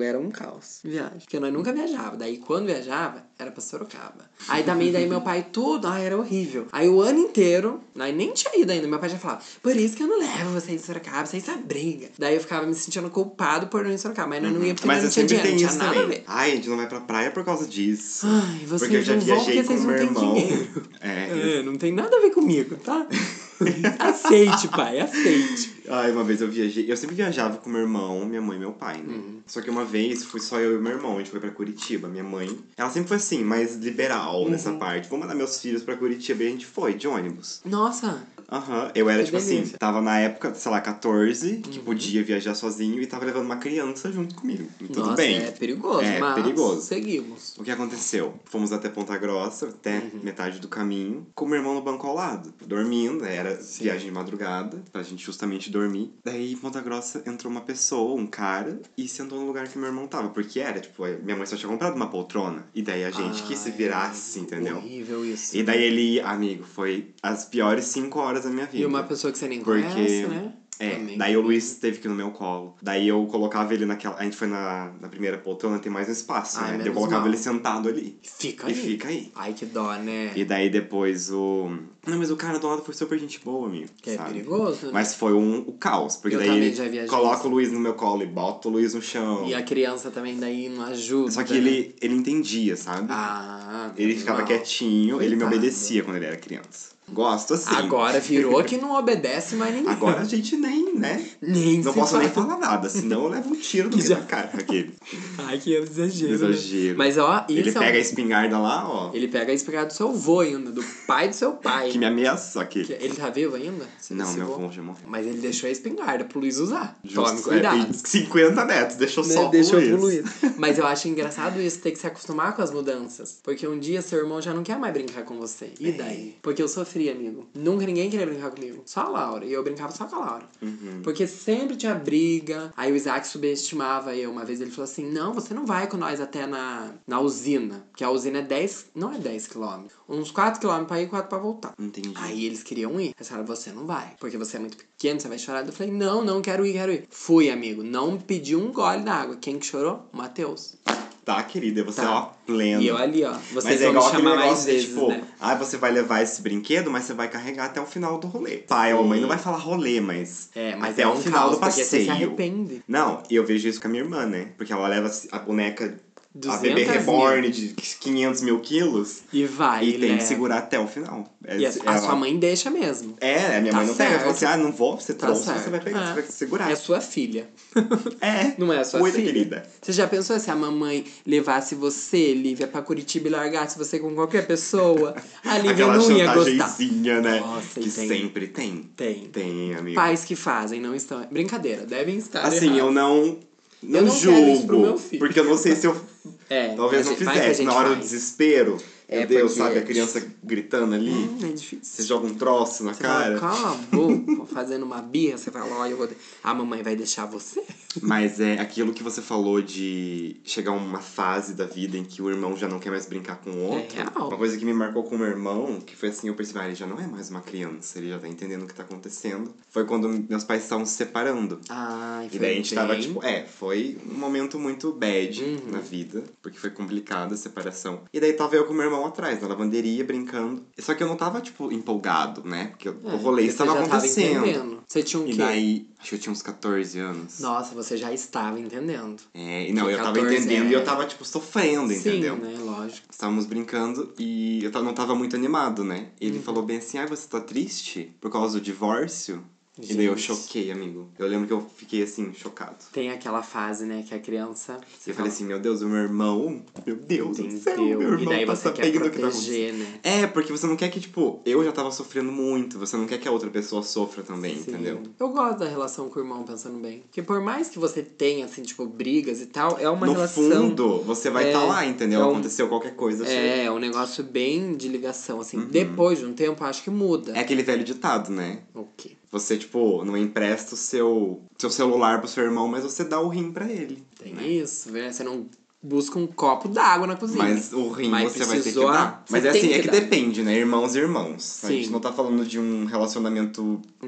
Speaker 1: era um caos. Viagem. Porque nós nunca viajava. Daí, quando viajava, era pra Sorocaba. Aí também, daí meu pai tudo, era horrível. Aí o ano inteiro, nós nem tinha ido ainda. Meu pai já falava, por isso que eu não levo vocês de Sorocaba, vocês só briga. Daí eu ficava me sentindo culpado por não ir em Sorocaba. Mas nós não ia porque nós não tinha dinheiro, não tinha nada a ver.
Speaker 2: Ai, a gente não vai pra praia por causa disso.
Speaker 1: Ai, vocês
Speaker 2: porque eu já
Speaker 1: não vão
Speaker 2: viajei
Speaker 1: porque
Speaker 2: com
Speaker 1: vocês
Speaker 2: meu
Speaker 1: não têm
Speaker 2: irmão.
Speaker 1: dinheiro. Não tem nada a ver comigo, tá? Aceite, pai, aceite.
Speaker 2: Ai, uma vez eu viajei. Eu sempre viajava com meu irmão, minha mãe e meu pai, né? Só que uma vez fui só eu e meu irmão. A gente foi pra Curitiba. Minha mãe, ela sempre foi assim, mais liberal nessa parte. Vou mandar meus filhos pra Curitiba e a gente foi de ônibus.
Speaker 1: Nossa.
Speaker 2: Eu era,
Speaker 1: Que
Speaker 2: tipo
Speaker 1: delícia.
Speaker 2: assim, tava na época, sei lá, 14, que podia viajar sozinho e tava levando uma criança junto comigo. Tudo
Speaker 1: Nossa,
Speaker 2: bem.
Speaker 1: é perigoso,
Speaker 2: É
Speaker 1: mas
Speaker 2: perigoso.
Speaker 1: seguimos.
Speaker 2: O que aconteceu? Fomos até Ponta Grossa, até metade do caminho, com meu irmão no banco ao lado, dormindo, né? Era viagem de madrugada, pra gente justamente dormir. Daí, em Ponta Grossa, entrou uma pessoa, um cara, e sentou no lugar que meu irmão tava, porque era, tipo, minha mãe só tinha comprado uma poltrona, e daí a gente quis se virar assim, entendeu?
Speaker 1: Horrível isso.
Speaker 2: E daí ele, amigo, foi as piores 5 horas da minha vida.
Speaker 1: E uma pessoa que você nem conhece, né? Também.
Speaker 2: Daí o Luiz teve que ir no meu colo. Daí eu colocava ele naquela... A gente foi na primeira poltrona, tem mais um espaço, né? Daí eu colocava ele sentado ali.
Speaker 1: Fica
Speaker 2: aí.
Speaker 1: Ai, que dó, né?
Speaker 2: E daí depois o... Não, mas o cara do lado foi super gente boa, amigo.
Speaker 1: Que
Speaker 2: sabe?
Speaker 1: é perigoso, né?
Speaker 2: Mas foi o caos. Porque
Speaker 1: Eu
Speaker 2: daí
Speaker 1: também
Speaker 2: ele
Speaker 1: já viajei
Speaker 2: coloca
Speaker 1: assim.
Speaker 2: o Luiz no meu colo e bota o Luiz no chão.
Speaker 1: E a criança também daí não ajuda.
Speaker 2: Só que ele entendia, sabe? Ele ficava quietinho, ele me obedecia quando ele era criança. Gosto assim.
Speaker 1: Agora virou que não obedece mais ninguém.
Speaker 2: Agora a gente nem, né?
Speaker 1: Nem
Speaker 2: não
Speaker 1: se
Speaker 2: posso
Speaker 1: fala.
Speaker 2: nem falar nada, senão eu levo um tiro no meio da cara. Aquele.
Speaker 1: Ai, que exagero.
Speaker 2: Exagero.
Speaker 1: Né? Mas ó, isso
Speaker 2: ele pega a espingarda lá, ó.
Speaker 1: Ele pega a espingarda do seu avô ainda, do pai do seu pai.
Speaker 2: Que me ameaçou aquele.
Speaker 1: Ele tá vivo ainda?
Speaker 2: Não, meu avô já morreu.
Speaker 1: Mas ele deixou a espingarda pro Luiz usar.
Speaker 2: Justo.
Speaker 1: Tome cuidado.
Speaker 2: Tem 50 netos, deixou só
Speaker 1: deixou
Speaker 2: pro
Speaker 1: Luiz. Mas eu acho engraçado isso, ter que se acostumar com as mudanças. Porque um dia seu irmão já não quer mais brincar com você. E daí? Porque eu sofri, amigo. Nunca ninguém queria brincar comigo. Só a Laura. E eu brincava só com a Laura. Porque sempre tinha briga. Aí o Isaac subestimava eu. Uma vez ele falou assim, não, você não vai com nós até na usina. Porque a usina é 10... Não é 10 quilômetros. Uns 4 quilômetros pra ir e 4 pra voltar.
Speaker 2: Entendi.
Speaker 1: Aí eles queriam ir. Eles falaram, você não vai. Porque você é muito pequeno, você vai chorar. Eu falei, não, quero ir. Fui, amigo. Não pedi um gole d'água. Quem que chorou? O Matheus.
Speaker 2: Tá, querida, você ó, pleno.
Speaker 1: E eu ali, ó. Vocês
Speaker 2: mas
Speaker 1: vão
Speaker 2: é igual
Speaker 1: me chamar mais
Speaker 2: de,
Speaker 1: vezes,
Speaker 2: tipo,
Speaker 1: né?
Speaker 2: você vai levar esse brinquedo, mas você vai carregar até o final do rolê. Pai ou mãe não vai falar rolê, mas
Speaker 1: mas
Speaker 2: até
Speaker 1: é
Speaker 2: o final do passeio.
Speaker 1: Porque você se arrepende.
Speaker 2: Não, e eu vejo isso com a minha irmã, né? Porque ela leva a boneca, a bebê
Speaker 1: 200
Speaker 2: reborn
Speaker 1: mil.
Speaker 2: de 500 mil quilos.
Speaker 1: E vai,
Speaker 2: E tem
Speaker 1: leva.
Speaker 2: que segurar até o final.
Speaker 1: E a sua mãe deixa mesmo.
Speaker 2: A minha
Speaker 1: Tá
Speaker 2: mãe não pega. Ela fala
Speaker 1: certo.
Speaker 2: assim, não vou, você
Speaker 1: Tá
Speaker 2: trouxe,
Speaker 1: certo.
Speaker 2: você vai pegar, você vai segurar.
Speaker 1: É sua filha.
Speaker 2: Não
Speaker 1: é a sua
Speaker 2: cuida,
Speaker 1: filha?
Speaker 2: querida.
Speaker 1: Você já pensou se a mamãe levasse você, Lívia, pra Curitiba e largasse você com qualquer pessoa? A Lívia
Speaker 2: Aquela
Speaker 1: não ia gostar.
Speaker 2: chantagenzinha, né?
Speaker 1: Nossa,
Speaker 2: que
Speaker 1: e tem.
Speaker 2: sempre tem.
Speaker 1: Tem,
Speaker 2: amigo.
Speaker 1: Pais que fazem, não estão... Brincadeira, devem estar
Speaker 2: Assim,
Speaker 1: errados.
Speaker 2: eu não
Speaker 1: Eu não quero isso pro
Speaker 2: julgo.
Speaker 1: meu filho.
Speaker 2: Porque eu não sei se eu talvez
Speaker 1: mas
Speaker 2: não
Speaker 1: vai que a
Speaker 2: fizesse.
Speaker 1: gente
Speaker 2: Na hora do
Speaker 1: faz.
Speaker 2: desespero,
Speaker 1: É,
Speaker 2: meu Deus,
Speaker 1: porque-
Speaker 2: sabe? A criança gritando ali.
Speaker 1: É difícil.
Speaker 2: Você joga um troço na
Speaker 1: Você
Speaker 2: cara.
Speaker 1: fala, cala a boca, fazendo uma birra, você fala, olha, a mamãe vai deixar você?
Speaker 2: Mas é aquilo que você falou de chegar uma fase da vida em que o irmão já não quer mais brincar com o outro.
Speaker 1: É real.
Speaker 2: Uma coisa que me marcou com o meu irmão, que foi assim, eu percebi, ele já não é mais uma criança, ele já tá entendendo o que tá acontecendo. Foi quando meus pais estavam se separando.
Speaker 1: Ai,
Speaker 2: E daí a gente tava, tipo, foi um momento muito bad na vida, porque foi complicada a separação. E daí tava eu com meu irmão atrás, na lavanderia, brincando. Só que eu não tava, tipo, empolgado, né? Porque o rolê
Speaker 1: você
Speaker 2: estava
Speaker 1: já
Speaker 2: acontecendo.
Speaker 1: Tava entendendo. Você tinha um
Speaker 2: E
Speaker 1: quê?
Speaker 2: daí, acho que eu tinha uns 14 anos.
Speaker 1: Nossa, você já estava entendendo.
Speaker 2: E não, eu tava
Speaker 1: 14
Speaker 2: entendendo e eu tava, tipo, sofrendo, entendeu?
Speaker 1: Sim, né? Lógico.
Speaker 2: Estávamos brincando e eu não tava muito animado, né? E ele falou bem assim, você tá triste por causa do divórcio? E daí eu
Speaker 1: Gente.
Speaker 2: choquei, amigo. Eu lembro que eu fiquei, assim, chocado.
Speaker 1: Tem aquela fase, né, que a criança...
Speaker 2: E eu falei assim, meu Deus, o meu irmão... Meu Deus do céu, meu irmão
Speaker 1: E daí
Speaker 2: tá
Speaker 1: você quer
Speaker 2: sabendo o que tá
Speaker 1: proteger,
Speaker 2: acontecendo.
Speaker 1: né?
Speaker 2: Porque você não quer que, tipo, eu já tava sofrendo muito. Você não quer que a outra pessoa sofra também,
Speaker 1: Sim.
Speaker 2: entendeu?
Speaker 1: Eu gosto da relação com o irmão, pensando bem. Porque por mais que você tenha, assim, tipo, brigas e tal, é uma
Speaker 2: No
Speaker 1: relação...
Speaker 2: fundo, você vai estar lá, entendeu? Aconteceu qualquer coisa.
Speaker 1: É um negócio bem de ligação, assim. Depois de um tempo, eu acho que muda.
Speaker 2: É aquele velho ditado, né?
Speaker 1: O quê?
Speaker 2: Você, tipo, não empresta o seu celular pro seu irmão, mas você dá o rim pra ele.
Speaker 1: Tem
Speaker 2: né?
Speaker 1: isso, né? Você não busca um copo d'água na cozinha.
Speaker 2: Mas o rim
Speaker 1: Mas
Speaker 2: você vai ter que
Speaker 1: precisou,
Speaker 2: dar.
Speaker 1: você
Speaker 2: Mas é
Speaker 1: tem
Speaker 2: assim,
Speaker 1: que
Speaker 2: é que
Speaker 1: dar.
Speaker 2: depende, né? Irmãos e irmãos. A
Speaker 1: Sim.
Speaker 2: gente não tá falando de um relacionamento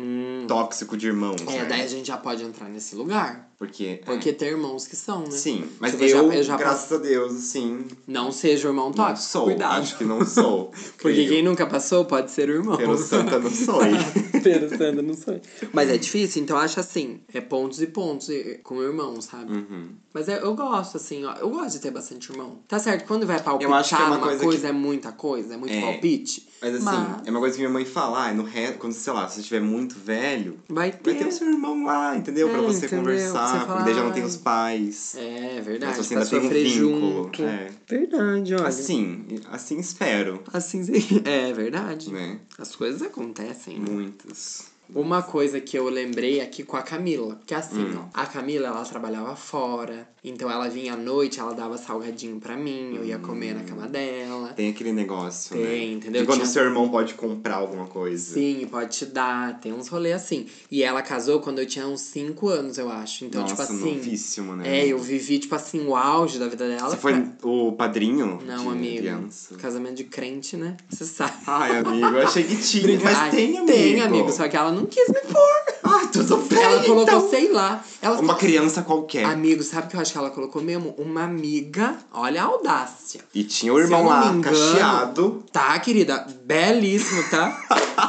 Speaker 2: tóxico de irmãos, né?
Speaker 1: daí a gente já pode entrar nesse lugar.
Speaker 2: Porque
Speaker 1: tem irmãos que são, né?
Speaker 2: Sim, mas
Speaker 1: tipo,
Speaker 2: eu já graças a Deus, assim...
Speaker 1: Não seja o irmão tóxico,
Speaker 2: não sou,
Speaker 1: cuidado.
Speaker 2: acho que não sou.
Speaker 1: Porque quem nunca passou pode ser o irmão.
Speaker 2: Pelo santa não sou.
Speaker 1: Pelo santa não sou. Mas é difícil, então eu acho assim, pontos e pontos com o irmão, sabe? Mas eu gosto, assim, ó, eu gosto de ter bastante irmão. Tá certo, quando vai palpitar
Speaker 2: eu acho que é uma
Speaker 1: numa
Speaker 2: coisa
Speaker 1: é muita coisa, é muito palpite.
Speaker 2: Mas assim, é uma coisa que minha mãe fala, quando, sei lá, se você estiver muito velho, vai ter o seu irmão lá, entendeu? Pra você conversar, porque daí já não tem os pais.
Speaker 1: É verdade,
Speaker 2: mas você ainda tem um vínculo.
Speaker 1: Junto. Verdade, olha.
Speaker 2: Assim espero.
Speaker 1: Assim, é verdade.
Speaker 2: Né?
Speaker 1: As coisas acontecem, né?
Speaker 2: Muitas.
Speaker 1: Uma coisa que eu lembrei aqui com a Camila. Porque assim, ó, a Camila, ela trabalhava fora. Então ela vinha à noite, ela dava salgadinho pra mim. Eu ia comer na cama dela.
Speaker 2: Tem aquele negócio, né?
Speaker 1: Entendeu?
Speaker 2: De quando o seu irmão pode comprar alguma coisa.
Speaker 1: Sim, pode te dar. Tem uns rolês assim. E ela casou quando eu tinha uns 5 anos, eu acho. Então,
Speaker 2: nossa,
Speaker 1: tipo assim...
Speaker 2: novíssimo, né?
Speaker 1: Eu vivi, tipo assim, o auge da vida dela.
Speaker 2: Você foi o padrinho?
Speaker 1: Não, amigo.
Speaker 2: Criança?
Speaker 1: Casamento de crente, né? Você sabe.
Speaker 2: Ai, amigo, eu achei que tinha. Mas tem, amigo.
Speaker 1: Tem, amigo. Só que ela não quis me pôr.
Speaker 2: Ai, tudo bem,
Speaker 1: ela colocou,
Speaker 2: então.
Speaker 1: sei lá.
Speaker 2: Uma criança qualquer.
Speaker 1: Amigo, sabe o que eu acho que ela colocou mesmo? Uma amiga. Olha a audácia.
Speaker 2: E tinha o irmão lá, cacheado.
Speaker 1: Tá, querida? Belíssimo, tá?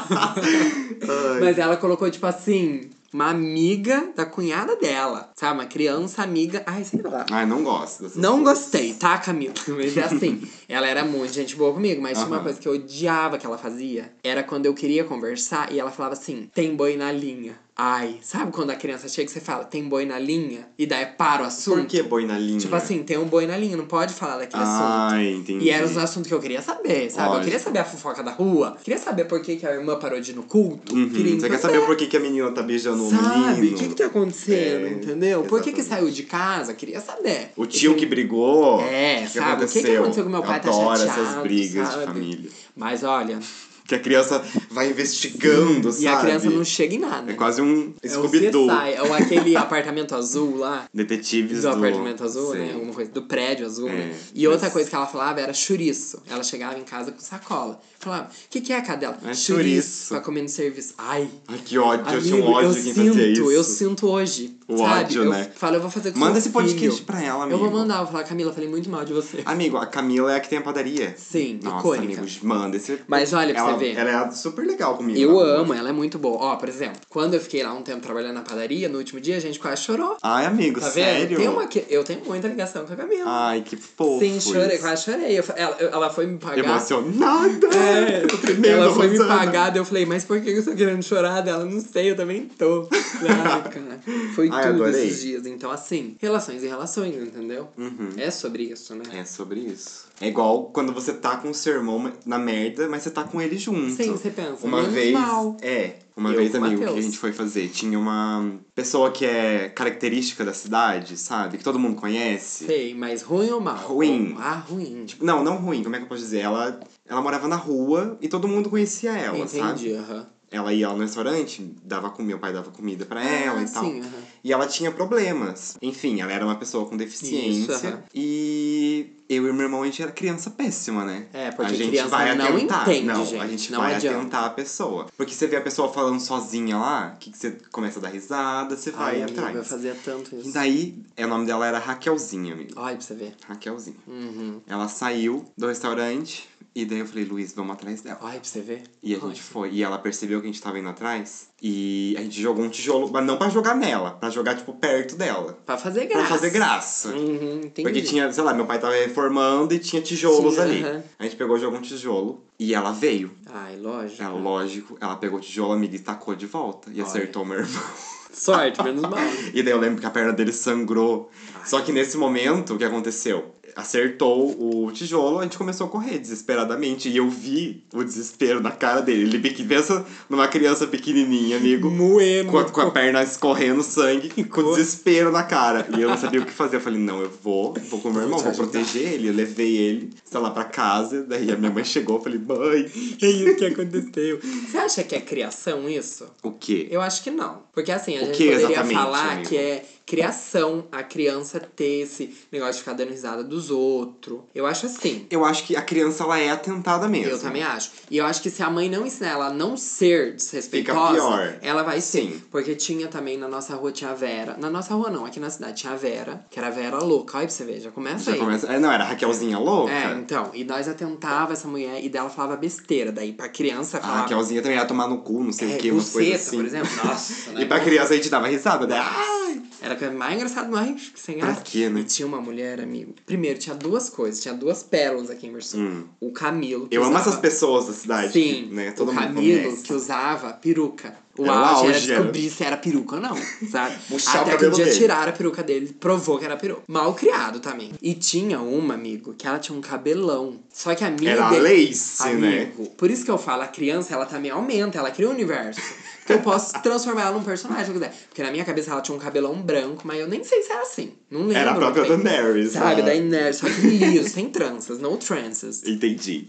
Speaker 1: Mas ela colocou, tipo assim... Uma amiga da cunhada dela, sabe? Uma criança amiga. Ai, sei lá.
Speaker 2: Ai, não gosto dessas
Speaker 1: Não
Speaker 2: coisas.
Speaker 1: gostei, tá, Camila? Mas é assim, ela era muito gente boa comigo, mas tinha uma coisa que eu odiava que ela fazia. Era quando eu queria conversar e ela falava assim, tem boi na linha. Ai, sabe quando a criança chega e você fala, tem boi na linha? E daí para o assunto.
Speaker 2: Por que boi na linha?
Speaker 1: Tipo assim, tem um boi na linha, não pode falar daquele assunto.
Speaker 2: Ai, entendi.
Speaker 1: E era os assuntos que eu queria saber, sabe?
Speaker 2: Lógico.
Speaker 1: Eu queria saber a fofoca da rua. Queria saber por que a irmã parou de ir no culto.
Speaker 2: Você quer saber por que a menina tá beijando o
Speaker 1: sabe?
Speaker 2: menino?
Speaker 1: O que tá acontecendo, entendeu? Por que saiu de casa? Queria saber.
Speaker 2: O tio que brigou?
Speaker 1: Sabe? O que aconteceu com meu pai? Tá chateado,
Speaker 2: essas brigas
Speaker 1: sabe?
Speaker 2: de família.
Speaker 1: Mas olha...
Speaker 2: Que a criança vai investigando, sabe?
Speaker 1: E a criança não chega em nada.
Speaker 2: É quase um Scooby-Doo.
Speaker 1: Ou aquele apartamento azul lá.
Speaker 2: Detetives
Speaker 1: do apartamento azul, né? Alguma coisa. Do prédio azul, né? E outra coisa que ela falava era chouriço. Ela chegava em casa com sacola. Falava, o que é a cadela?
Speaker 2: Chouriço.
Speaker 1: Pra comer no serviço. Ai,
Speaker 2: que ódio.
Speaker 1: amigo,
Speaker 2: eu tinha um ódio de quem fazia isso.
Speaker 1: Eu sinto hoje.
Speaker 2: O
Speaker 1: sabe?
Speaker 2: ódio,
Speaker 1: eu
Speaker 2: né?
Speaker 1: falo, eu vou fazer com
Speaker 2: Manda
Speaker 1: seu
Speaker 2: esse podcast
Speaker 1: filho.
Speaker 2: pra ela, amigo.
Speaker 1: Eu vou mandar, vou falar, Camila, falei muito mal de você.
Speaker 2: Amigo, a Camila é a que tem a padaria.
Speaker 1: Sim,
Speaker 2: nossa,
Speaker 1: icônica.
Speaker 2: Amigo, manda esse...
Speaker 1: Mas olha pra você ver.
Speaker 2: Ela é super legal comigo.
Speaker 1: Eu amo, ela é muito boa. Ó, por exemplo, quando eu fiquei lá um tempo trabalhando na padaria, no último dia a gente quase chorou.
Speaker 2: Ai, amigo,
Speaker 1: tá
Speaker 2: sério?
Speaker 1: Eu tenho muita ligação com a Camila.
Speaker 2: Ai, que fofo.
Speaker 1: Sim, chorei, quase chorei. Ela foi me pagar.
Speaker 2: Emocionada! Tô tremendo.
Speaker 1: Ela foi me pagar, daí eu falei, mas por que eu tô querendo chorar dela? Não sei, eu também tô. Ai, cara. Foi tudo
Speaker 2: adorei.
Speaker 1: esses dias. Então, assim, relações e relações, entendeu? É sobre isso, né?
Speaker 2: É sobre isso. É igual quando você tá com o seu irmão na merda, mas você tá com ele junto.
Speaker 1: Sim, você pensa,
Speaker 2: uma
Speaker 1: menos
Speaker 2: vez,
Speaker 1: mal.
Speaker 2: Uma vez, amigo, que a gente foi fazer, tinha uma pessoa que é característica da cidade, sabe? Que todo mundo conhece.
Speaker 1: Sei, mas ruim ou mal?
Speaker 2: Ruim.
Speaker 1: Ruim.
Speaker 2: Tipo, não ruim, como é que eu posso dizer? Ela morava na rua e todo mundo conhecia ela, sabe?
Speaker 1: Entendi,
Speaker 2: Ela ia lá no restaurante, meu pai dava comida pra ela e tal.
Speaker 1: Sim,
Speaker 2: E ela tinha problemas. Enfim, ela era uma pessoa com deficiência.
Speaker 1: Isso,
Speaker 2: E eu e meu irmão, a gente era criança péssima, né?
Speaker 1: Porque
Speaker 2: a gente
Speaker 1: criança
Speaker 2: vai
Speaker 1: não
Speaker 2: atentar.
Speaker 1: entende,
Speaker 2: não,
Speaker 1: gente.
Speaker 2: A gente
Speaker 1: não
Speaker 2: vai
Speaker 1: adianta.
Speaker 2: atentar a pessoa. Porque você vê a pessoa falando sozinha lá, que você começa a dar risada, você vai atrás.
Speaker 1: Eu fazia tanto isso.
Speaker 2: E daí, o nome dela era Raquelzinha, amigo.
Speaker 1: Ai, pra você ver.
Speaker 2: Raquelzinha. Ela saiu do restaurante. E daí eu falei, Luiz, vamos atrás dela.
Speaker 1: Ai, pra você ver.
Speaker 2: E a gente foi. E ela percebeu que a gente tava indo atrás. E a gente jogou um tijolo, mas não pra jogar nela. Pra jogar, tipo, perto dela.
Speaker 1: Pra fazer graça.
Speaker 2: Pra fazer graça.
Speaker 1: Entendi.
Speaker 2: Porque tinha, sei lá, meu pai tava reformando e tinha tijolos ali. A gente pegou e jogou um tijolo. E ela veio.
Speaker 1: Ai, lógico.
Speaker 2: Lógico. Ela pegou o tijolo, amiga, e tacou de volta. E acertou meu irmão.
Speaker 1: Sorte, menos mal.
Speaker 2: E daí eu lembro que a perna dele sangrou. Só que nesse momento, o que aconteceu? Acertou o tijolo, a gente começou a correr desesperadamente. E eu vi o desespero na cara dele. Ele pensa numa criança pequenininha, amigo.
Speaker 1: Moendo.
Speaker 2: Com a perna escorrendo sangue, com desespero na cara. E eu não sabia o que fazer. Eu falei, não, eu vou com o meu irmão, vou proteger ele. Eu levei ele, sei lá, pra casa. Daí a minha mãe chegou, eu falei, mãe,
Speaker 1: é isso que aconteceu. Você acha que é criação isso?
Speaker 2: O quê?
Speaker 1: Eu acho que não. Porque assim, a gente
Speaker 2: poderia
Speaker 1: falar
Speaker 2: amigo?
Speaker 1: que é criação a criança ter esse negócio de ficar dando risada dos os outros. Eu acho assim.
Speaker 2: Eu acho que a criança, ela é atentada mesmo.
Speaker 1: Eu também acho. E eu acho que se a mãe não ensinar ela a não ser desrespeitosa,
Speaker 2: fica pior.
Speaker 1: Ela vai ser.
Speaker 2: Sim.
Speaker 1: Porque tinha também na nossa rua, tinha a Vera. Na nossa rua não, aqui na cidade tinha a Vera, que era a Vera louca. Olha pra você ver, já começa aí.
Speaker 2: Não, era a Raquelzinha louca?
Speaker 1: Então. E nós atentava essa mulher e dela falava besteira. Daí pra criança falava...
Speaker 2: A Raquelzinha também ia tomar no cu, não sei o que, umas coisas assim.
Speaker 1: por exemplo. Nossa, né?
Speaker 2: E pra criança a gente dava risada, né?
Speaker 1: Era a coisa mais engraçada, mais sem graça.
Speaker 2: Pra quê, né?
Speaker 1: E tinha uma mulher, amigo. Primeiro, tinha duas coisas. Tinha duas pérolas aqui em Mersul. O Camilo.
Speaker 2: Eu amo essas pessoas da cidade.
Speaker 1: Sim.
Speaker 2: Que, né, todo
Speaker 1: o
Speaker 2: mundo
Speaker 1: Camilo,
Speaker 2: conhece.
Speaker 1: que usava peruca. O
Speaker 2: Era
Speaker 1: auge era
Speaker 2: auge,
Speaker 1: descobrir se era peruca ou não, sabe?
Speaker 2: Puxar
Speaker 1: Até
Speaker 2: o
Speaker 1: que um
Speaker 2: cabelo
Speaker 1: dia
Speaker 2: dele.
Speaker 1: tiraram a peruca dele, provou que era peruca. Mal criado também. E tinha uma, amigo, que ela tinha um cabelão. Só que a minha
Speaker 2: Era
Speaker 1: dele...
Speaker 2: lace,
Speaker 1: amigo,
Speaker 2: né?
Speaker 1: Por isso que eu falo, a criança, ela também aumenta, ela cria um universo. Que eu posso transformar ela num personagem se eu quiser. Porque na minha cabeça ela tinha um cabelão branco, mas eu nem sei se era assim. Não lembro.
Speaker 2: Era a própria Daenerys.
Speaker 1: Sabe, Daenerys, só que liso, sem tranças, no tranças.
Speaker 2: Entendi.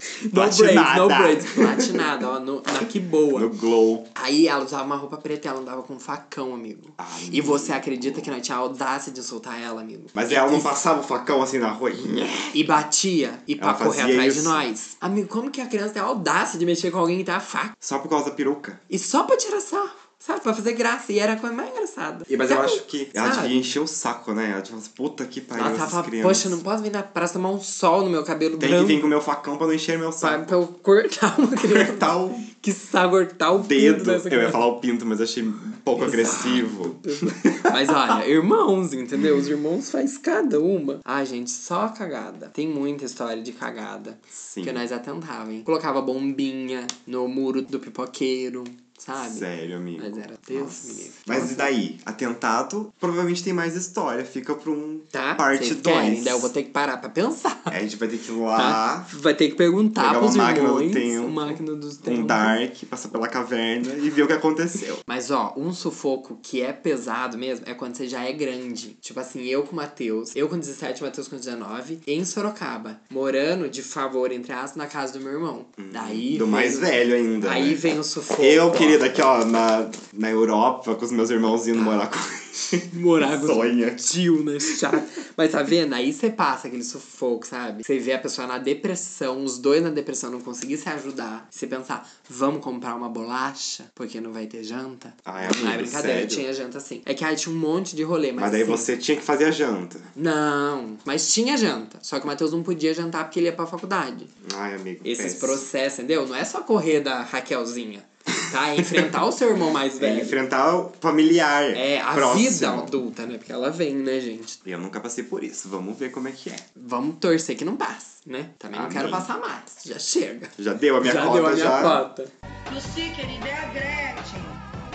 Speaker 1: No braids, platinada, ó, na que boa.
Speaker 2: No glow.
Speaker 1: Aí ela usava uma roupa preta e ela andava com um facão, amigo. E você acredita que nós tinha a audácia de soltar ela, amigo?
Speaker 2: Mas ela não passava o facão assim na rua?
Speaker 1: E batia, e pra
Speaker 2: Ela
Speaker 1: correr
Speaker 2: fazia
Speaker 1: atrás de
Speaker 2: isso?
Speaker 1: nós. Amigo, como que a criança tem a audácia de mexer com alguém que tem a faca?
Speaker 2: Só por causa da peruca.
Speaker 1: E só pra tirar sarro, sabe? Pra fazer graça. E era a coisa mais engraçada.
Speaker 2: Mas eu acho que ela
Speaker 1: sabe?
Speaker 2: devia encher o saco, né? Ela tipo assim, puta que pariu,
Speaker 1: Ela
Speaker 2: essas
Speaker 1: tava,
Speaker 2: crianças.
Speaker 1: poxa, não posso vir na praça tomar um sol no meu cabelo
Speaker 2: Tem
Speaker 1: branco.
Speaker 2: que vir com o meu facão pra não encher meu saco.
Speaker 1: Pra eu cortar uma criança.
Speaker 2: Cortar o
Speaker 1: Que cortar o
Speaker 2: dedo.
Speaker 1: pinto dessa
Speaker 2: Eu ia
Speaker 1: criança.
Speaker 2: falar o pinto, mas achei um pouco agressivo.
Speaker 1: Mas olha, irmãos, entendeu? Os irmãos faz cada uma. Ah, gente, só cagada. Tem muita história de cagada.
Speaker 2: Sim.
Speaker 1: Que nós atentava, hein? Colocava bombinha no muro do pipoqueiro, sabe?
Speaker 2: Sério, amigo.
Speaker 1: Mas era Deus me livre.
Speaker 2: Mas e daí? Atentado, provavelmente tem mais história. Fica pra um
Speaker 1: Tá?
Speaker 2: parte
Speaker 1: Vocês
Speaker 2: 2.
Speaker 1: querem? Daí eu vou ter que parar pra pensar.
Speaker 2: A gente vai ter que ir
Speaker 1: Tá?
Speaker 2: lá,
Speaker 1: Vai ter que perguntar
Speaker 2: pegar
Speaker 1: pros
Speaker 2: uma máquina do
Speaker 1: irmãos.
Speaker 2: tempo,
Speaker 1: Uma máquina dos
Speaker 2: um
Speaker 1: tempos.
Speaker 2: dark, passar pela caverna e ver o que aconteceu.
Speaker 1: Mas ó, um sufoco que é pesado mesmo é quando você já é grande. Tipo assim, eu com o Matheus, eu com 17, o Matheus com 19, em Sorocaba, morando de favor, entre aspas, na casa do meu irmão. Daí
Speaker 2: Do mais velho ainda.
Speaker 1: Aí
Speaker 2: né?
Speaker 1: vem o sufoco.
Speaker 2: Eu, querida, aqui ó, na Europa, com os meus irmãos indo morar com
Speaker 1: morar com
Speaker 2: Sonha.
Speaker 1: tio, né? Chato. Mas tá vendo? Aí você passa aquele sufoco, sabe? Você vê a pessoa na depressão, os dois na depressão, não conseguir se ajudar. Você pensar, vamos comprar uma bolacha, porque não vai ter janta.
Speaker 2: Ai, amigo,
Speaker 1: Não é brincadeira,
Speaker 2: sério?
Speaker 1: tinha janta sim. É que aí tinha um monte de rolê, mas
Speaker 2: Mas daí
Speaker 1: assim,
Speaker 2: você tinha que fazer a janta.
Speaker 1: Não, mas tinha janta. Só que o Matheus não podia jantar porque ele ia pra faculdade.
Speaker 2: Ai, amigo,
Speaker 1: Esses
Speaker 2: péssimo.
Speaker 1: processos, entendeu? Não é só correr da Raquelzinha, tá? É enfrentar o seu irmão mais
Speaker 2: É
Speaker 1: velho.
Speaker 2: enfrentar o familiar.
Speaker 1: É, a
Speaker 2: próximo.
Speaker 1: vida adulta, né? Porque ela vem, né, gente?
Speaker 2: Eu nunca passei por isso. Vamos ver como é que é.
Speaker 1: Vamos torcer que não passe, né? Também não
Speaker 2: Amém.
Speaker 1: quero passar mais. Já chega.
Speaker 2: Já deu a minha
Speaker 1: já
Speaker 2: cota,
Speaker 1: deu a minha
Speaker 2: já.
Speaker 1: cota.
Speaker 3: Lucy, querida, é a Gretchen.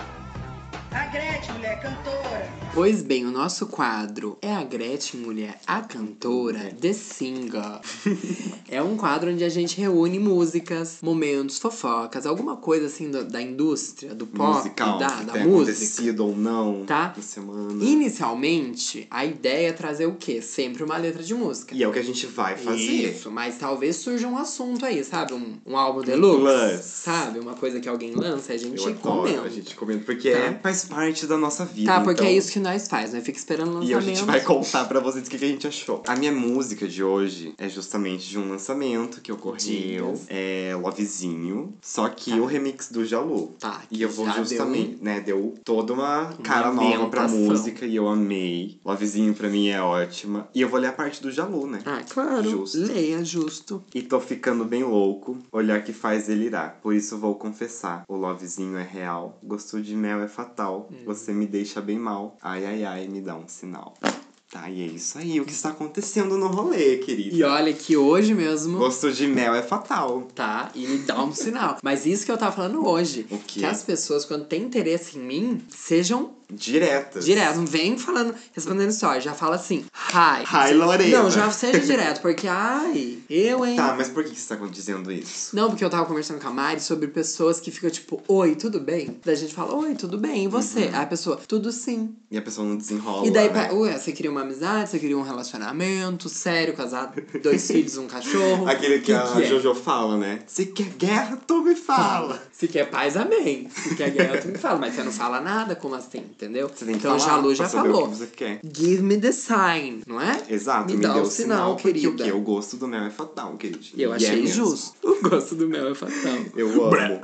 Speaker 3: A Gretchen, mulher, cantora.
Speaker 1: Pois bem, o nosso quadro é a Gretchen, mulher, a cantora, The Singer. É um quadro onde a gente reúne músicas, momentos, fofocas, alguma coisa assim da indústria, do pop,
Speaker 2: Musical,
Speaker 1: da
Speaker 2: que tenha
Speaker 1: música.
Speaker 2: acontecido ou não
Speaker 1: Tá?
Speaker 2: na semana.
Speaker 1: Inicialmente, a ideia é trazer o quê? Sempre uma letra de música.
Speaker 2: E é o que a gente vai fazer.
Speaker 1: Isso, mas talvez surja um assunto aí, sabe? Um álbum deluxe,
Speaker 2: plus.
Speaker 1: sabe? Uma coisa que alguém lança e a gente
Speaker 2: Eu adoro,
Speaker 1: comenta.
Speaker 2: a gente comenta, porque
Speaker 1: Tá.
Speaker 2: faz parte da nossa vida.
Speaker 1: Tá, porque
Speaker 2: então...
Speaker 1: é isso que nós faz, né? Fica esperando o
Speaker 2: E
Speaker 1: lançamento.
Speaker 2: a gente vai contar pra vocês o que a gente achou. A minha música de hoje é justamente de um lançamento que ocorreu.
Speaker 1: Dias.
Speaker 2: É Lovezinho. Só que
Speaker 1: Tá.
Speaker 2: o remix do Jalu.
Speaker 1: Tá,
Speaker 2: E eu vou
Speaker 1: já
Speaker 2: justamente, né? Deu toda uma cara nova pra
Speaker 1: ambientação.
Speaker 2: música e eu amei. Lovezinho pra mim é ótima. E eu vou ler a parte do Jalu, né?
Speaker 1: Ah, claro.
Speaker 2: Justo.
Speaker 1: Leia, justo.
Speaker 2: E tô ficando bem louco, olhar que faz delirar. Por isso vou confessar, o lovezinho é real, gosto de mel é fatal, você me deixa bem mal, ai ai ai, me dá um sinal. Tá, e é isso aí, o que está acontecendo no rolê, querido.
Speaker 1: E olha que hoje mesmo...
Speaker 2: Gosto de mel é fatal.
Speaker 1: Tá, e me dá um sinal. Mas isso que eu tava falando hoje.
Speaker 2: O quê?
Speaker 1: Que as pessoas, quando têm interesse em mim, sejam
Speaker 2: Diretas.
Speaker 1: direto. Não vem falando, respondendo história. Já fala assim, hi.
Speaker 2: Hi, Lorena.
Speaker 1: Não, já seja direto, porque, ai, eu, hein.
Speaker 2: Tá, mas por que você tá dizendo isso?
Speaker 1: Não, porque eu tava conversando com a Mari sobre pessoas que ficam tipo, oi, tudo bem? Daí a gente fala, oi, tudo bem, e você? Aí a pessoa, tudo sim.
Speaker 2: E a pessoa não desenrola,
Speaker 1: E daí,
Speaker 2: né?
Speaker 1: ué, você queria uma amizade, você queria um relacionamento sério, casado, 2 filhos, um cachorro.
Speaker 2: Aquele que a
Speaker 1: é?
Speaker 2: Jojo fala, né? Se quer guerra, tu me fala.
Speaker 1: Se quer paz, amém. Se quer guerra, tu me fala. Mas você não fala nada, como assim, entendeu?
Speaker 2: Você tem que
Speaker 1: então,
Speaker 2: falar
Speaker 1: Jalu já
Speaker 2: pra saber
Speaker 1: falou.
Speaker 2: o que você quer.
Speaker 1: Give me the sign. também, não é?
Speaker 2: Exato,
Speaker 1: me dá
Speaker 2: deu
Speaker 1: o sinal,
Speaker 2: porque
Speaker 1: querida.
Speaker 2: o quê? O gosto do mel é fatal, queridinho.
Speaker 1: Eu achei
Speaker 2: mesmo.
Speaker 1: justo. O gosto do mel é fatal.
Speaker 2: Eu amo.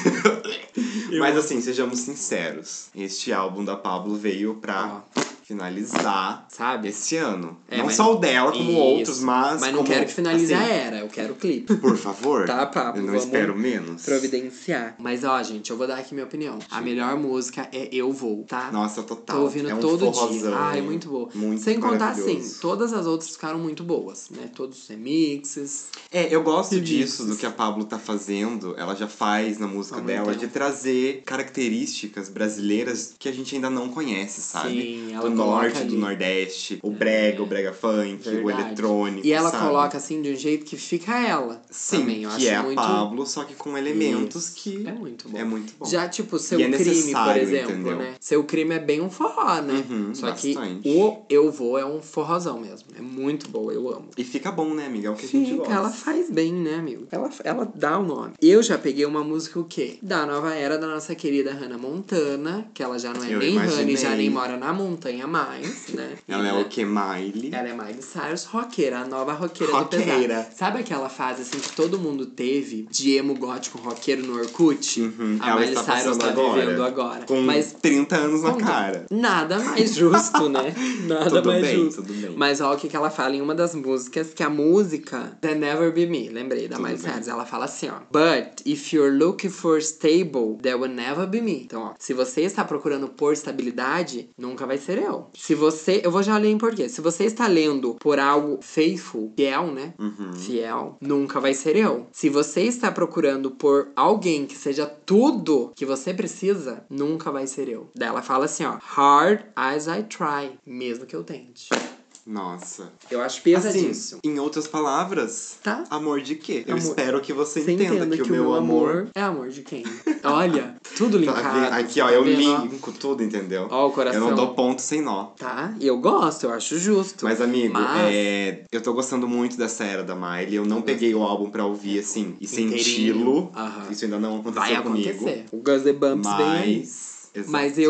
Speaker 2: Mas assim, sejamos sinceros. Este álbum da Pabllo veio pra finalizar,
Speaker 1: sabe,
Speaker 2: esse ano.
Speaker 1: É,
Speaker 2: não
Speaker 1: mas...
Speaker 2: só o dela, como
Speaker 1: Isso.
Speaker 2: outros, mas
Speaker 1: não
Speaker 2: como,
Speaker 1: quero que finalize
Speaker 2: assim,
Speaker 1: a era, eu quero o clipe.
Speaker 2: Por favor.
Speaker 1: Tá, Pabllo,
Speaker 2: eu não
Speaker 1: vamos
Speaker 2: espero menos.
Speaker 1: providenciar. Mas ó, gente, eu vou dar aqui minha opinião. A melhor música é Eu Vou, tá?
Speaker 2: Nossa, total.
Speaker 1: Tô ouvindo
Speaker 2: é um
Speaker 1: todo
Speaker 2: forrozão,
Speaker 1: dia. Ah, é muito boa.
Speaker 2: Muito
Speaker 1: Sem contar, assim,
Speaker 2: maravilhoso.
Speaker 1: todas as outras ficaram muito boas, né? Todos os remixes.
Speaker 2: Eu gosto
Speaker 1: Remixes.
Speaker 2: disso, do que a Pabllo tá fazendo. Ela já faz na música dela, de trazer características brasileiras que a gente ainda não conhece, sabe?
Speaker 1: Sim, ela
Speaker 2: do
Speaker 1: coloca
Speaker 2: norte,
Speaker 1: ali.
Speaker 2: do nordeste, o brega funk,
Speaker 1: Verdade.
Speaker 2: o eletrônico,
Speaker 1: E ela
Speaker 2: sabe?
Speaker 1: coloca, assim, de um jeito que fica ela.
Speaker 2: Sim,
Speaker 1: também. Eu
Speaker 2: que
Speaker 1: acho
Speaker 2: é
Speaker 1: muito...
Speaker 2: a Pabllo, só que com elementos
Speaker 1: Isso.
Speaker 2: que...
Speaker 1: É muito bom.
Speaker 2: É muito bom.
Speaker 1: Já, tipo, Seu
Speaker 2: E é
Speaker 1: Crime, por
Speaker 2: necessário,
Speaker 1: exemplo,
Speaker 2: entendeu?
Speaker 1: né? Seu Crime é bem um forró, né? Só
Speaker 2: bastante.
Speaker 1: que o Eu Vou é um forrozão mesmo. É muito boa, eu amo.
Speaker 2: E fica bom, né, amiga? É o que a gente gosta.
Speaker 1: Ela faz bem, né, amigo? Ela dá o nome. Eu já peguei uma música o quê? Da nova era da nossa querida Hannah Montana, que ela já não é
Speaker 2: Eu
Speaker 1: nem Hannah e já
Speaker 2: imaginei.
Speaker 1: nem mora na montanha mais, né?
Speaker 2: Ela é o que, Miley?
Speaker 1: Ela é Miley Cyrus, roqueira, a nova roqueira
Speaker 2: Roqueira.
Speaker 1: do pesado. Sabe aquela fase, assim, que todo mundo teve de emo gótico roqueiro no Orkut? A
Speaker 2: Ela
Speaker 1: Miley
Speaker 2: está
Speaker 1: Cyrus
Speaker 2: passando
Speaker 1: tá
Speaker 2: agora.
Speaker 1: vivendo agora.
Speaker 2: Com
Speaker 1: Mas
Speaker 2: 30 anos na
Speaker 1: com-
Speaker 2: cara.
Speaker 1: Nada mais justo, né? Nada
Speaker 2: Tudo
Speaker 1: mais
Speaker 2: bem,
Speaker 1: justo.
Speaker 2: tudo bem.
Speaker 1: Mas olha o que ela fala em uma das músicas, que a música The Never Be Me, lembrei da
Speaker 2: Tudo
Speaker 1: Miley
Speaker 2: bem.
Speaker 1: Cyrus. Ela fala assim, ó. But if you're looking for stable, there will never be me. Então, ó, se você está procurando por estabilidade, nunca vai ser eu. Se você... Eu vou já ler em português. Se você está lendo por algo faithful, fiel, né? Fiel, nunca vai ser eu. Se você está procurando por alguém que seja tudo que você precisa, nunca vai ser eu. Daí ela fala assim, ó. Hard as I try, mesmo que eu tente.
Speaker 2: Nossa.
Speaker 1: Eu acho
Speaker 2: Assim,
Speaker 1: pesadíssimo.
Speaker 2: em outras palavras,
Speaker 1: Tá.
Speaker 2: amor de quê? Eu
Speaker 1: Amor.
Speaker 2: espero que você
Speaker 1: Você
Speaker 2: entenda que o meu amor...
Speaker 1: é amor de quem? Olha, tudo
Speaker 2: Tá
Speaker 1: linkado.
Speaker 2: vendo? Aqui, ó,
Speaker 1: tá
Speaker 2: eu
Speaker 1: vendo, ó?
Speaker 2: linko tudo, entendeu?
Speaker 1: Ó, o coração.
Speaker 2: Eu não dou ponto sem nó.
Speaker 1: Tá, e eu gosto, eu acho justo.
Speaker 2: Mas, amigo,
Speaker 1: Mas-
Speaker 2: eu tô gostando muito dessa era da Miley. Eu não peguei o álbum pra ouvir, assim, e
Speaker 1: Inteirinho.
Speaker 2: senti-lo.
Speaker 1: Aham.
Speaker 2: Isso ainda não aconteceu
Speaker 1: Vai
Speaker 2: comigo.
Speaker 1: acontecer. O Gus The Bumps vem aí.
Speaker 2: Exato.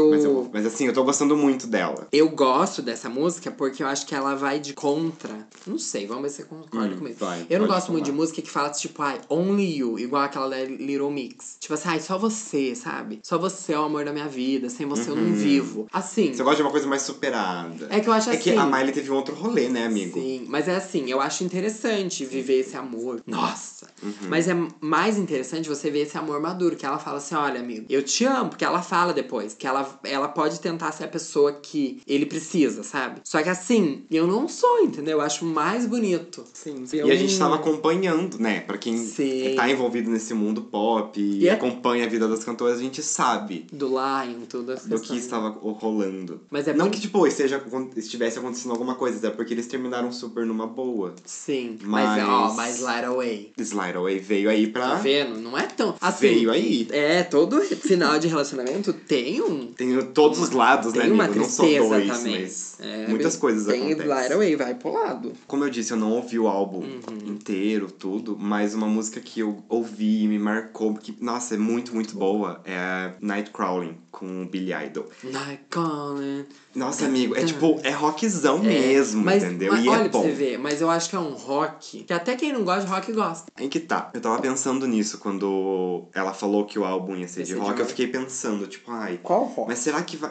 Speaker 1: Mas
Speaker 2: assim, eu tô gostando muito dela.
Speaker 1: Eu gosto dessa música porque eu acho que ela vai de contra. Não sei, vamos ver se você concorda comigo.
Speaker 2: vai,
Speaker 1: Eu não
Speaker 2: pode
Speaker 1: gosto muito de
Speaker 2: falar.
Speaker 1: música que fala, tipo, ai, only you, igual aquela da Little Mix. Tipo assim, ai, só você, sabe? Só você é o amor da minha vida, sem você eu não vivo. Assim.
Speaker 2: Você gosta de uma coisa mais superada.
Speaker 1: É que eu acho
Speaker 2: É que
Speaker 1: assim-
Speaker 2: a Miley teve um outro rolê, né, amigo?
Speaker 1: Sim, mas é assim, eu acho interessante viver esse amor. Nossa! Mas é mais interessante você ver esse amor maduro, que ela fala assim, olha, amigo, eu te amo, porque ela fala depois, que ela pode tentar ser a pessoa que ele precisa, sabe? Só que assim, eu não sou, entendeu? Eu acho mais bonito. Sim.
Speaker 2: E a gente tava acompanhando, né? Pra quem
Speaker 1: Sim.
Speaker 2: tá envolvido nesse mundo pop e acompanha a vida das cantoras, a gente sabe
Speaker 1: do Lion, tudo assim.
Speaker 2: do que estava rolando.
Speaker 1: Mas é
Speaker 2: não
Speaker 1: porque-
Speaker 2: que, tipo, estivesse acontecendo alguma coisa, é porque eles terminaram super numa boa.
Speaker 1: Sim.
Speaker 2: Mas-
Speaker 1: Mas Light Away.
Speaker 2: Slide Away veio aí pra...
Speaker 1: Tá vendo? Não é tão... Assim,
Speaker 2: Veio aí.
Speaker 1: Todo final de relacionamento tem um...
Speaker 2: Tem todos os lados, né,
Speaker 1: Tem uma
Speaker 2: amigo? Não só
Speaker 1: tristeza
Speaker 2: dois,
Speaker 1: também.
Speaker 2: mas muitas coisas
Speaker 1: tem
Speaker 2: acontecem.
Speaker 1: Light Away, vai pro lado.
Speaker 2: Como eu disse, eu não ouvi o álbum inteiro, tudo, mas uma música que eu ouvi e me marcou, que, nossa, é muito, muito boa, é a Nightcrawling, com o Billy Idol.
Speaker 1: Night Calling.
Speaker 2: Nossa, amigo, é tipo, é rockzão mesmo, entendeu?
Speaker 1: Mas
Speaker 2: E
Speaker 1: olha
Speaker 2: é
Speaker 1: pra
Speaker 2: bom.
Speaker 1: você ver, mas eu acho que é um rock que até quem não gosta de rock gosta.
Speaker 2: Aí que tá. Eu tava pensando nisso quando ela falou que o álbum ia ser
Speaker 1: Ia
Speaker 2: de
Speaker 1: ser de
Speaker 2: rock. Eu
Speaker 1: rock.
Speaker 2: fiquei pensando, tipo, ai.
Speaker 1: Qual rock?
Speaker 2: Mas será que vai.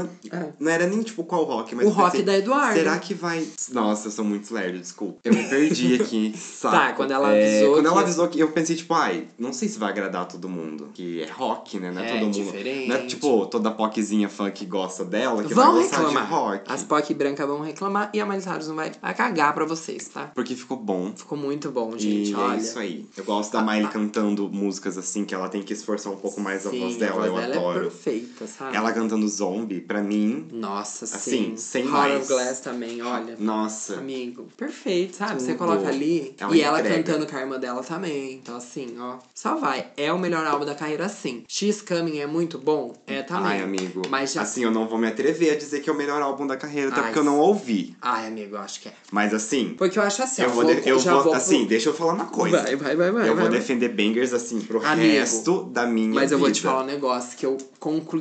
Speaker 2: Não era nem tipo qual rock, mas
Speaker 1: O
Speaker 2: eu pensei,
Speaker 1: rock da Eduardo.
Speaker 2: Será que vai. Nossa, eu sou muito lerdo, desculpa. Eu me perdi aqui, sabe?
Speaker 1: Tá, quando ela avisou
Speaker 2: Quando
Speaker 1: que-
Speaker 2: ela avisou que eu pensei, tipo, ai, não sei se vai agradar todo mundo. Que é rock, né? Não é
Speaker 1: É,
Speaker 2: todo mundo.
Speaker 1: diferente.
Speaker 2: Não é tipo toda POCzinha funk gosta dela que
Speaker 1: Vão
Speaker 2: vai gostar
Speaker 1: reclamar.
Speaker 2: de rock.
Speaker 1: As POC brancas vão reclamar e a Miley Cyrus não vai cagar pra vocês, tá?
Speaker 2: Porque ficou bom.
Speaker 1: Ficou muito bom, gente,
Speaker 2: E
Speaker 1: olha.
Speaker 2: é isso aí. Eu gosto da Miley cantando músicas assim, que ela tem que esforçar um pouco mais a
Speaker 1: Sim,
Speaker 2: voz dela.
Speaker 1: a
Speaker 2: Eu
Speaker 1: voz dela
Speaker 2: adoro.
Speaker 1: é perfeita, sabe?
Speaker 2: Ela cantando Zombie, pra mim,
Speaker 1: Nossa,
Speaker 2: assim,
Speaker 1: sim.
Speaker 2: sem
Speaker 1: Heart
Speaker 2: mais.
Speaker 1: of Glass também, olha.
Speaker 2: Nossa.
Speaker 1: Amigo, perfeito, sabe? Você
Speaker 2: Tudo.
Speaker 1: coloca ali
Speaker 2: Ela
Speaker 1: e ela
Speaker 2: entrega.
Speaker 1: cantando com a irmã dela também. Então, assim, ó, só vai. É o melhor álbum da carreira, sim. She's Coming é muito bom? É também.
Speaker 2: Ai, amigo.
Speaker 1: Mas já...
Speaker 2: Assim, eu não vou me atrever a dizer que é o melhor álbum da carreira, até
Speaker 1: Ai,
Speaker 2: porque eu não ouvi.
Speaker 1: Ai, amigo, eu acho que é.
Speaker 2: Mas assim,
Speaker 1: Porque eu acho assim,
Speaker 2: eu
Speaker 1: ó,
Speaker 2: vou assim, deixa eu falar uma coisa.
Speaker 1: Vai.
Speaker 2: Eu vou defender bangers assim pro
Speaker 1: Amigo,
Speaker 2: resto da minha
Speaker 1: Mas eu vou te
Speaker 2: vida.
Speaker 1: falar um negócio que eu concluí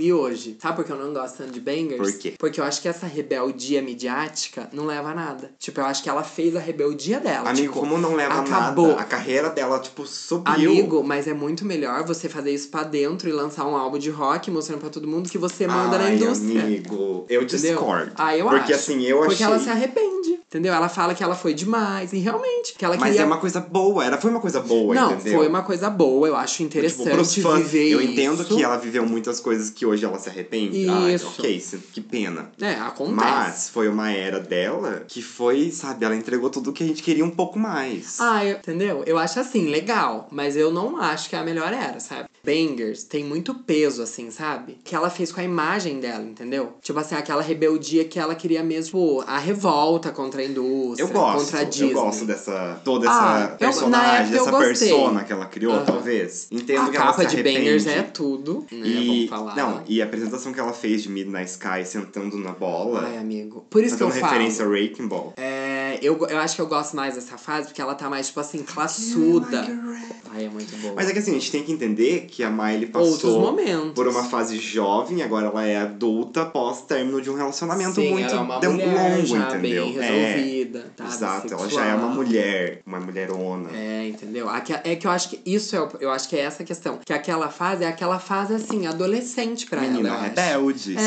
Speaker 1: escolhi hoje. Sabe por que eu não gosto tanto de Bangers?
Speaker 2: Por quê?
Speaker 1: Porque eu acho que essa rebeldia midiática não leva a nada. Tipo, eu acho que ela fez a rebeldia dela.
Speaker 2: Amigo,
Speaker 1: tipo,
Speaker 2: como não leva
Speaker 1: acabou.
Speaker 2: nada? A carreira dela, tipo, subiu.
Speaker 1: Amigo, mas é muito melhor você fazer isso pra dentro e lançar um álbum de rock mostrando pra todo mundo que você manda na indústria.
Speaker 2: Amigo, eu discordo.
Speaker 1: Eu
Speaker 2: porque
Speaker 1: acho.
Speaker 2: assim, eu
Speaker 1: Porque
Speaker 2: achei...
Speaker 1: ela se arrepende, entendeu? Ela fala que ela foi demais e realmente, que ela
Speaker 2: Mas
Speaker 1: queria...
Speaker 2: é uma coisa boa, foi uma coisa boa,
Speaker 1: não,
Speaker 2: entendeu?
Speaker 1: foi uma coisa boa, eu acho
Speaker 2: Tipo,
Speaker 1: interessante
Speaker 2: pros fãs,
Speaker 1: viver
Speaker 2: eu entendo
Speaker 1: isso.
Speaker 2: que ela viveu muitas coisas que hoje ela se arrepende.
Speaker 1: Isso.
Speaker 2: Ok, que pena.
Speaker 1: Acontece.
Speaker 2: Mas foi uma era dela que foi, sabe, ela entregou tudo que a gente queria um pouco mais.
Speaker 1: Entendeu? Eu acho assim, legal, mas eu não acho que é a melhor era, sabe? Bangers tem muito peso, assim, sabe? Que ela fez com a imagem dela, entendeu? Tipo assim, aquela rebeldia que ela queria mesmo, tipo, a revolta contra a indústria, contra a Disney.
Speaker 2: Eu gosto dessa, toda essa personagem, dessa persona que ela criou, talvez. Entendo que ela se arrepende.
Speaker 1: A capa de Bangers é tudo, né? Vamos falar.
Speaker 2: Não, e a apresentação que ela fez de Midnight Sky sentando na bola.
Speaker 1: Ai, amigo. Por isso que eu falo.
Speaker 2: referência a Wrecking Ball.
Speaker 1: Eu acho que eu gosto mais dessa fase porque ela tá mais, tipo assim, classuda. Ai, é muito boa.
Speaker 2: Mas é que assim, a gente tem que entender que a Miley passou por uma fase jovem, agora ela é adulta após término de um relacionamento muito
Speaker 1: ela é uma mulher
Speaker 2: longo,
Speaker 1: já
Speaker 2: entendeu?
Speaker 1: bem resolvida, tá?
Speaker 2: Exato, ela já é uma mulherona.
Speaker 1: Entendeu? É que eu acho que isso eu acho que é essa a questão. Que aquela fase é aquela fase, assim, adolescente pra
Speaker 2: Menina
Speaker 1: ela,
Speaker 2: rebelde.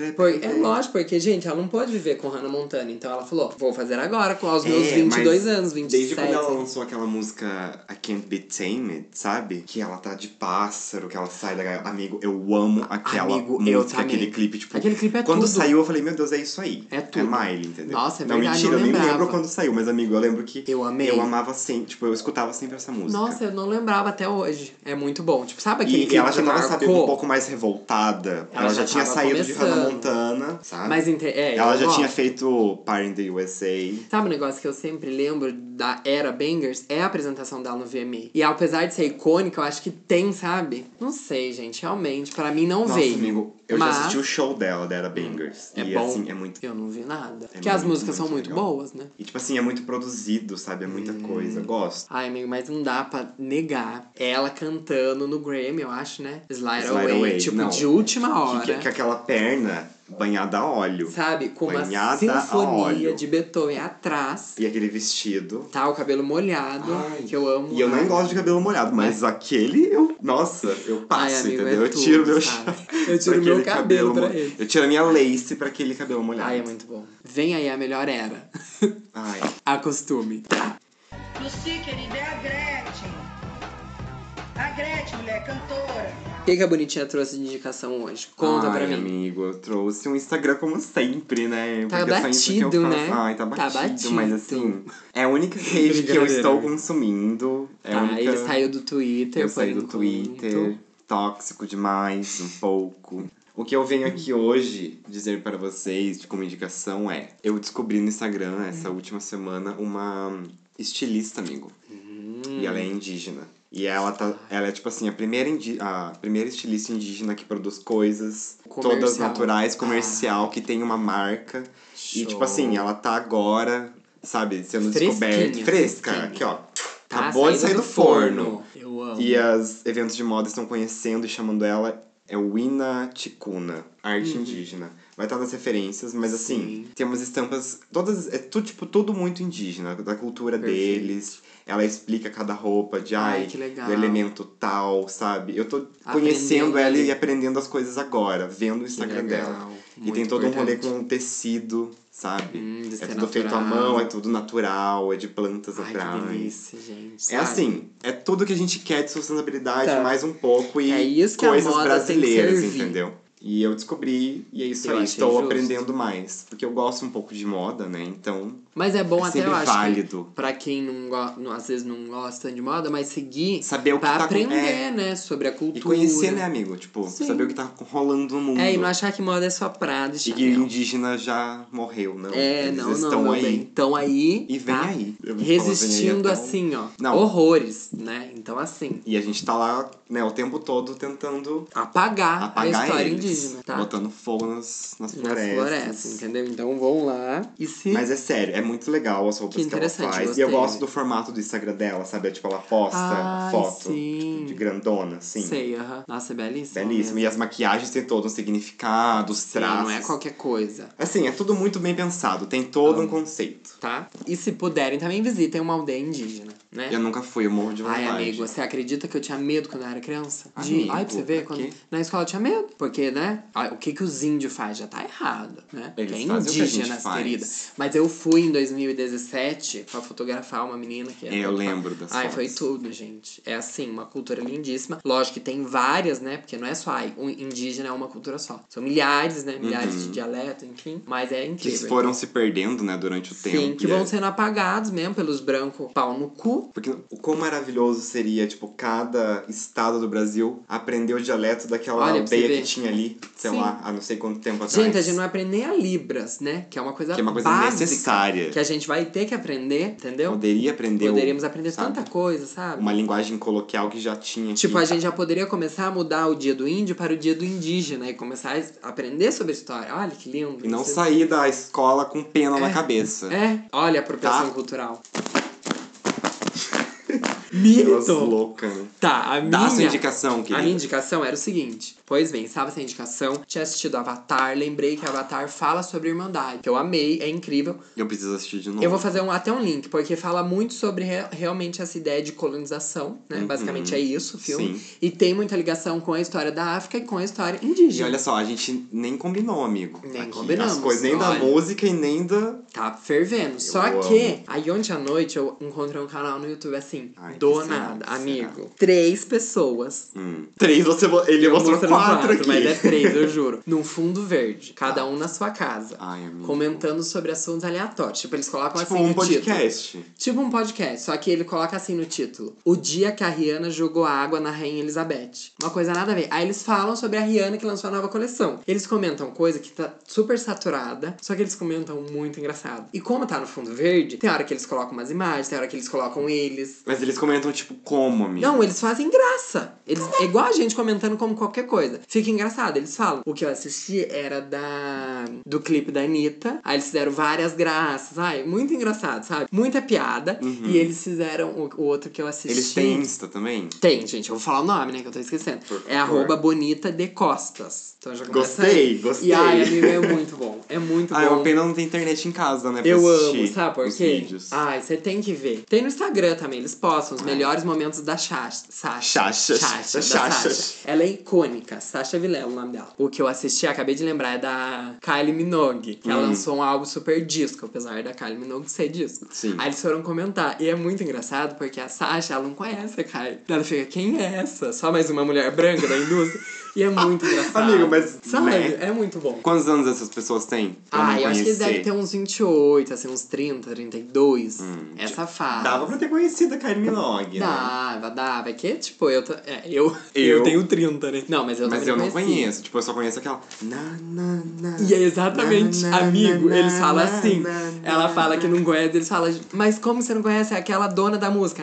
Speaker 1: É lógico, porque, gente, ela não pôde viver com Hannah Montana. Então ela falou, vou fazer agora, com os meus 22 anos, 27.
Speaker 2: Desde quando ela lançou aquela música I Can't Be Tamed, sabe? Que ela tá de pássaro, que ela sai da gaiola. Amigo, eu amo aquela música, aquele clipe. Tipo,
Speaker 1: aquele clipe
Speaker 2: quando
Speaker 1: tudo.
Speaker 2: Saiu, eu falei, meu Deus, é isso aí.
Speaker 1: É tudo.
Speaker 2: É Miley, entendeu?
Speaker 1: Nossa, é
Speaker 2: não,
Speaker 1: verdade,
Speaker 2: mentira,
Speaker 1: eu
Speaker 2: nem
Speaker 1: lembrava.
Speaker 2: lembro quando saiu, mas amigo, eu lembro que
Speaker 1: eu amei.
Speaker 2: Eu amava sempre, tipo, eu escutava sempre essa música.
Speaker 1: Nossa, eu não lembrava até hoje. É muito bom. Tipo, sabe aquele clipe
Speaker 2: E ela já
Speaker 1: que
Speaker 2: tava,
Speaker 1: marcou?
Speaker 2: sabe, um pouco mais revoltada. Ela já tinha saído de Hannah Montana, sabe?
Speaker 1: Mas
Speaker 2: ela já tinha feito Party in the USA.
Speaker 1: Sabe um negócio que eu sempre lembro da era Bangers? É a apresentação dela no VMA. E apesar de ser icônica, eu acho que tem, sabe? Não sei, gente. Realmente, pra mim não veio.
Speaker 2: Nossa, amigo, eu já assisti o show dela, da era Bangers.
Speaker 1: É
Speaker 2: e
Speaker 1: bom.
Speaker 2: assim, é muito...
Speaker 1: Eu não vi nada. Porque as músicas são muito boas, né?
Speaker 2: E tipo assim, é muito produzido, sabe? É muita coisa. Gosto.
Speaker 1: Ai, amigo, mas não dá pra negar. Ela cantando no Grammy, eu acho, né? Slide Away. Tipo,
Speaker 2: não.
Speaker 1: de última hora.
Speaker 2: Que aquela perna banhada a óleo.
Speaker 1: Sabe? Com uma
Speaker 2: banhada
Speaker 1: sinfonia de Beethoven atrás.
Speaker 2: E aquele vestido.
Speaker 1: Tá, o cabelo molhado. Que eu amo.
Speaker 2: E eu nem gosto de cabelo molhado, mas aquele Nossa, eu passo,
Speaker 1: amigo,
Speaker 2: entendeu?
Speaker 1: eu tiro meu
Speaker 2: Eu
Speaker 1: tiro meu cabelo pra ele.
Speaker 2: Eu tiro a minha lace pra aquele cabelo molhado.
Speaker 1: Ai, é muito bom. Vem aí a melhor era.
Speaker 2: Ai.
Speaker 1: Acostume.
Speaker 3: Lucy, querida, é a Gretchen. A Gretchen, mulher, cantora.
Speaker 1: O que a Bonitinha trouxe de indicação hoje? Conta pra mim.
Speaker 2: Amigo, eu trouxe um Instagram como sempre, né?
Speaker 1: Tá
Speaker 2: porque
Speaker 1: batido,
Speaker 2: que eu faço...
Speaker 1: né?
Speaker 2: Ai, tá batido, mas assim... É a única rede que eu
Speaker 1: Brincadeira.
Speaker 2: estou consumindo.
Speaker 1: Ele saiu do Twitter,
Speaker 2: Eu saí do Twitter. Tóxico demais, um pouco. O que eu venho aqui hoje dizer para vocês, como indicação, é... Eu descobri no Instagram, essa última semana, uma estilista, amigo. E ela é indígena. E ela é, tipo assim, a primeira estilista indígena que produz coisas todas naturais, comercial, que tem uma marca.
Speaker 1: Show.
Speaker 2: E, tipo assim, ela tá agora, sabe, sendo descoberta. Fresca. Aqui, ó. Acabou de sair do forno.
Speaker 1: Eu amo.
Speaker 2: E os eventos de moda estão conhecendo e chamando ela Wina Ticuna, arte indígena. Vai estar nas referências, mas assim, tem umas estampas, todas, tudo muito indígena, da cultura deles. Ela explica cada roupa
Speaker 1: que legal.
Speaker 2: do elemento tal, sabe? Eu tô conhecendo ela e aprendendo as coisas agora, vendo o Instagram dela.
Speaker 1: Muito
Speaker 2: e tem todo
Speaker 1: importante.
Speaker 2: um rolê com tecido, sabe?
Speaker 1: De
Speaker 2: É
Speaker 1: ser
Speaker 2: tudo feito à mão, é tudo natural, é de plantas naturais.
Speaker 1: Que delícia, gente.
Speaker 2: É assim, é tudo que a gente quer de sustentabilidade, mais um pouco, e
Speaker 1: isso que
Speaker 2: coisas
Speaker 1: a moda
Speaker 2: brasileiras,
Speaker 1: tem que servir.
Speaker 2: entendeu? E eu descobri, e é isso
Speaker 1: Eu
Speaker 2: aí,
Speaker 1: achei
Speaker 2: estou
Speaker 1: justo.
Speaker 2: aprendendo mais. Porque eu gosto um pouco de moda, né? Então,
Speaker 1: Mas é bom
Speaker 2: é
Speaker 1: até,
Speaker 2: sempre
Speaker 1: eu acho,
Speaker 2: válido.
Speaker 1: que pra quem às vezes não gosta de moda, mas seguir
Speaker 2: Saber o que
Speaker 1: pra
Speaker 2: tá
Speaker 1: aprender, né? Sobre a cultura.
Speaker 2: E conhecer, né, amigo? Tipo, saber o que tá rolando no mundo.
Speaker 1: E não achar que moda é só Prada e
Speaker 2: E
Speaker 1: Chanel.
Speaker 2: que indígena já morreu, não. Eles estão
Speaker 1: meu
Speaker 2: aí.
Speaker 1: bem. Estão aí.
Speaker 2: E vem aí. Eu vou
Speaker 1: Resistindo,
Speaker 2: falar, vem aí
Speaker 1: assim,
Speaker 2: Não.
Speaker 1: horrores, né? Então, assim...
Speaker 2: E a gente tá lá, né, o tempo todo tentando
Speaker 1: Apagar a história
Speaker 2: eles.
Speaker 1: indígena, tá?
Speaker 2: Botando fogo nas florestas.
Speaker 1: Nas florestas, entendeu? Então vão lá e se...
Speaker 2: Mas é sério, é muito legal as roupas que ela faz.
Speaker 1: gostei.
Speaker 2: E eu gosto do formato do Instagram dela, sabe? Tipo, ela posta foto tipo, de grandona, assim.
Speaker 1: Sei, Nossa, é belíssimo.
Speaker 2: Belíssimo.
Speaker 1: Mesmo.
Speaker 2: E as maquiagens têm todo um significado, os traços.
Speaker 1: Não é qualquer coisa.
Speaker 2: Assim, é tudo muito bem pensado. Tem todo um conceito.
Speaker 1: Tá? E se puderem, também visitem uma aldeia indígena, né?
Speaker 2: Eu nunca fui, eu morro de vontade.
Speaker 1: Ai, amigo, você acredita que eu tinha medo quando eu era criança?
Speaker 2: Amigo,
Speaker 1: Ai, pra você ver,
Speaker 2: pra quê?
Speaker 1: na escola eu tinha medo. Porque, né? O que os índios fazem já tá errado, né?
Speaker 2: Eles
Speaker 1: que é
Speaker 2: fazem o que a gente
Speaker 1: indígenas,
Speaker 2: faz.
Speaker 1: querida. Mas eu fui em 2017 pra fotografar uma menina que era...
Speaker 2: Eu lembro das
Speaker 1: Ai,
Speaker 2: fotos.
Speaker 1: foi tudo, gente. É assim, uma cultura lindíssima. Lógico que tem várias, né? Porque não é só, um indígena é uma cultura só. São milhares, né? Milhares de dialetos, enfim. Mas é incrível.
Speaker 2: Que foram se perdendo, né, durante o tempo.
Speaker 1: Sim, que vão sendo apagados mesmo pelos brancos pau no cu.
Speaker 2: Porque o quão maravilhoso seria, tipo, cada estado do Brasil aprender o dialeto daquela
Speaker 1: Olha, pra você
Speaker 2: aldeia
Speaker 1: ver.
Speaker 2: que tinha ali, sei
Speaker 1: Sim.
Speaker 2: lá, há não sei quanto tempo atrás.
Speaker 1: Gente, a gente não vai aprender nem a Libras, né? Que é uma coisa básica,
Speaker 2: necessária.
Speaker 1: que a gente vai ter que aprender, entendeu? Poderíamos aprender
Speaker 2: sabe?
Speaker 1: tanta coisa, sabe?
Speaker 2: Uma linguagem coloquial que já tinha aqui.
Speaker 1: Tipo, a gente já poderia começar a mudar o dia do índio para o dia do indígena e começar a aprender sobre a história. Olha que lindo.
Speaker 2: E não sair da escola com pena na cabeça.
Speaker 1: Olha a apropriação cultural.
Speaker 2: Aquelas loucas, né?
Speaker 1: Tá,
Speaker 2: Dá a sua indicação, querida.
Speaker 1: A minha indicação era o seguinte. Pois bem, sabe essa indicação? Tinha assistido Avatar, lembrei que Avatar fala sobre Irmandade, que eu amei, é incrível.
Speaker 2: Eu preciso assistir de novo.
Speaker 1: Eu vou fazer até um link, porque fala muito sobre realmente essa ideia de colonização, né? Basicamente é isso o filme.
Speaker 2: Sim.
Speaker 1: E tem muita ligação com a história da África e com a história indígena.
Speaker 2: E olha só, a gente nem combinou, amigo.
Speaker 1: Nem
Speaker 2: aqui.
Speaker 1: combinamos.
Speaker 2: As coisas, nem da música e nem da...
Speaker 1: Tá fervendo. Só que, aí ontem à noite eu encontrei um canal no YouTube assim, do nada, amigo. 3 pessoas.
Speaker 2: 3, ele mostrou 4 aqui.
Speaker 1: Mas é 3, eu juro. Num fundo verde, cada um na sua casa.
Speaker 2: Ai, amigo.
Speaker 1: Comentando sobre assuntos aleatórios. Tipo, eles colocam
Speaker 2: tipo
Speaker 1: assim
Speaker 2: um
Speaker 1: no
Speaker 2: podcast.
Speaker 1: título. Tipo um podcast, só que ele coloca assim no título. O dia que a Rihanna jogou água na Rainha Elizabeth. Uma coisa nada a ver. Aí eles falam sobre a Rihanna que lançou a nova coleção. Eles comentam coisa que tá super saturada, só que eles comentam muito engraçado. E como tá no fundo verde, tem hora que eles colocam umas imagens, tem hora que eles colocam eles.
Speaker 2: Mas eles comentam, tipo, como, amigo?
Speaker 1: Não, eles fazem graça. É igual a gente comentando como qualquer coisa. Fica engraçado. Eles falam. O que eu assisti era do clipe da Anitta. Aí eles fizeram várias graças. Ai, muito engraçado, sabe? Muita piada. E eles fizeram o outro que eu assisti.
Speaker 2: Eles têm Insta também?
Speaker 1: Tem, gente. Eu vou falar o nome, né? Que eu tô esquecendo. É @bonitadecostas. Então já começa
Speaker 2: Gostei.
Speaker 1: E ai, amigo, é muito bom. É muito bom.
Speaker 2: É uma pena não ter internet em casa, né? Pra
Speaker 1: Eu
Speaker 2: assistir
Speaker 1: amo, sabe por
Speaker 2: os
Speaker 1: quê?
Speaker 2: vídeos.
Speaker 1: Ai, você tem que ver. Tem no Instagram também, eles postam os melhores momentos da Sasha.
Speaker 2: Sasha.
Speaker 1: Ela é icônica, Sasha Vilela, o nome dela. O que eu assisti, acabei de lembrar, é da Kylie Minogue, que ela lançou um álbum super disco, apesar da Kylie Minogue ser disco.
Speaker 2: Sim.
Speaker 1: Aí eles foram comentar, e é muito engraçado, porque a Sasha, ela não conhece a Kylie. Ela fica, quem é essa? Só mais uma mulher branca da indústria? E é muito engraçado.
Speaker 2: Amigo, mas...
Speaker 1: Sabe,
Speaker 2: né?
Speaker 1: é muito bom.
Speaker 2: Quantos anos essas pessoas têm?
Speaker 1: Eu acho que eles devem ter uns 28, assim, uns 30, 32. Essa fase.
Speaker 2: Dava pra ter conhecido a Kylie Minogue, né?
Speaker 1: Dava. É que, tipo, eu tenho 30, né? Não, mas eu também
Speaker 2: não conheço. Tipo, eu só conheço aquela...
Speaker 1: E é exatamente, amigo, eles falam assim. Ela fala que não conhece, eles falam, mas como você não conhece? É aquela dona da música.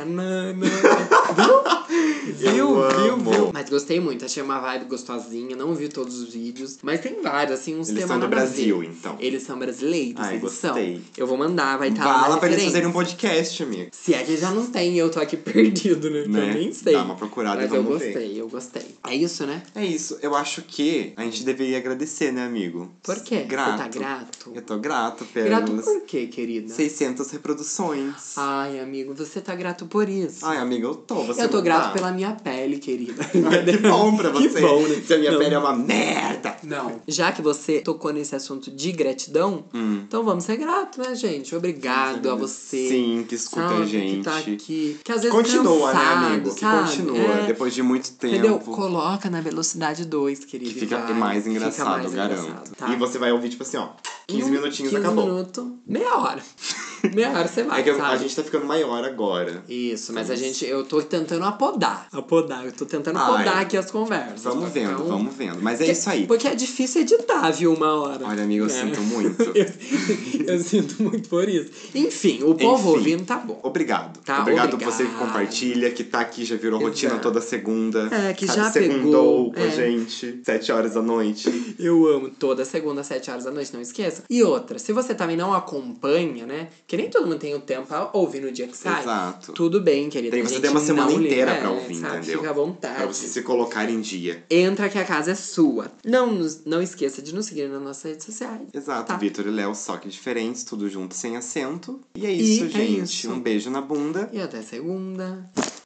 Speaker 1: Viu? Mas gostei muito, achei uma vibe gostosinha, não vi todos os vídeos. Mas tem vários, assim, uns temas.
Speaker 2: Eles são do Brasil, então.
Speaker 1: Eles são brasileiros,
Speaker 2: Ai,
Speaker 1: eles são.
Speaker 2: gostei.
Speaker 1: Eu vou mandar, vai estar
Speaker 2: Fala pra eles fazerem um podcast, amigo.
Speaker 1: Se é que já não tem, eu tô aqui perdido, né? Eu nem sei.
Speaker 2: Dá uma procurada
Speaker 1: mas
Speaker 2: e vamos ver.
Speaker 1: eu gostei. É isso, né?
Speaker 2: É isso. Eu acho que a gente deveria agradecer, né, amigo?
Speaker 1: Por quê?
Speaker 2: Grato.
Speaker 1: Você tá grato?
Speaker 2: Eu tô grato pelas...
Speaker 1: Grato por quê, querida?
Speaker 2: 600 reproduções.
Speaker 1: Ai, amigo, você tá grato por isso.
Speaker 2: Ai, amiga, eu tô. Você
Speaker 1: eu tô
Speaker 2: não
Speaker 1: grato
Speaker 2: tá?
Speaker 1: pela minha pele, querida.
Speaker 2: Ai, que bom pra você.
Speaker 1: Que bom, né?
Speaker 2: Se a minha pele é uma merda.
Speaker 1: Não. Já que você tocou nesse assunto de gratidão, então vamos ser gratos, né, gente? Obrigado a você.
Speaker 2: Sim, que escuta
Speaker 1: sabe,
Speaker 2: a gente.
Speaker 1: Que tá aqui. Que às vezes
Speaker 2: continua,
Speaker 1: cansado,
Speaker 2: né, amigo?
Speaker 1: sabe?
Speaker 2: Que continua, depois de muito tempo.
Speaker 1: Entendeu? Coloca na velocidade 2, querido.
Speaker 2: Que fica mais engraçado, garanto.
Speaker 1: Tá?
Speaker 2: E você vai ouvir, tipo assim, ó, 15 minutinhos
Speaker 1: 15
Speaker 2: acabou.
Speaker 1: 15 minutos, meia hora. Meia hora você vai,
Speaker 2: É que a
Speaker 1: sabe?
Speaker 2: gente tá ficando maior agora.
Speaker 1: Isso, mas eu tô tentando apodar. Eu tô tentando podar aqui as conversas.
Speaker 2: Vamos vendo. Mas é isso aí.
Speaker 1: Porque é difícil editar, viu, uma hora.
Speaker 2: Olha, amigo, eu sinto muito.
Speaker 1: eu sinto muito por isso. Enfim, o povo ouvindo tá bom.
Speaker 2: Obrigado.
Speaker 1: Tá,
Speaker 2: obrigado você que compartilha, que tá aqui, já virou rotina toda segunda.
Speaker 1: Que já
Speaker 2: segundou
Speaker 1: pegou.
Speaker 2: com a gente, 7 horas da noite.
Speaker 1: Eu amo toda segunda, 7 horas da noite, não esqueça. E outra, se você também não acompanha, né? Que nem todo mundo tem o tempo pra ouvir no dia que sai.
Speaker 2: Exato.
Speaker 1: Tudo bem, querida.
Speaker 2: Você tem uma semana inteira pra ouvir,
Speaker 1: sabe?
Speaker 2: entendeu?
Speaker 1: Fica à vontade.
Speaker 2: Pra você se colocar em dia.
Speaker 1: Entra que a casa é sua. Não esqueça de nos seguir nas nossas redes sociais.
Speaker 2: Exato.
Speaker 1: Tá?
Speaker 2: Vitor e Léo, só que diferentes, tudo junto sem acento. E é isso, gente. Um beijo na bunda.
Speaker 1: E até segunda.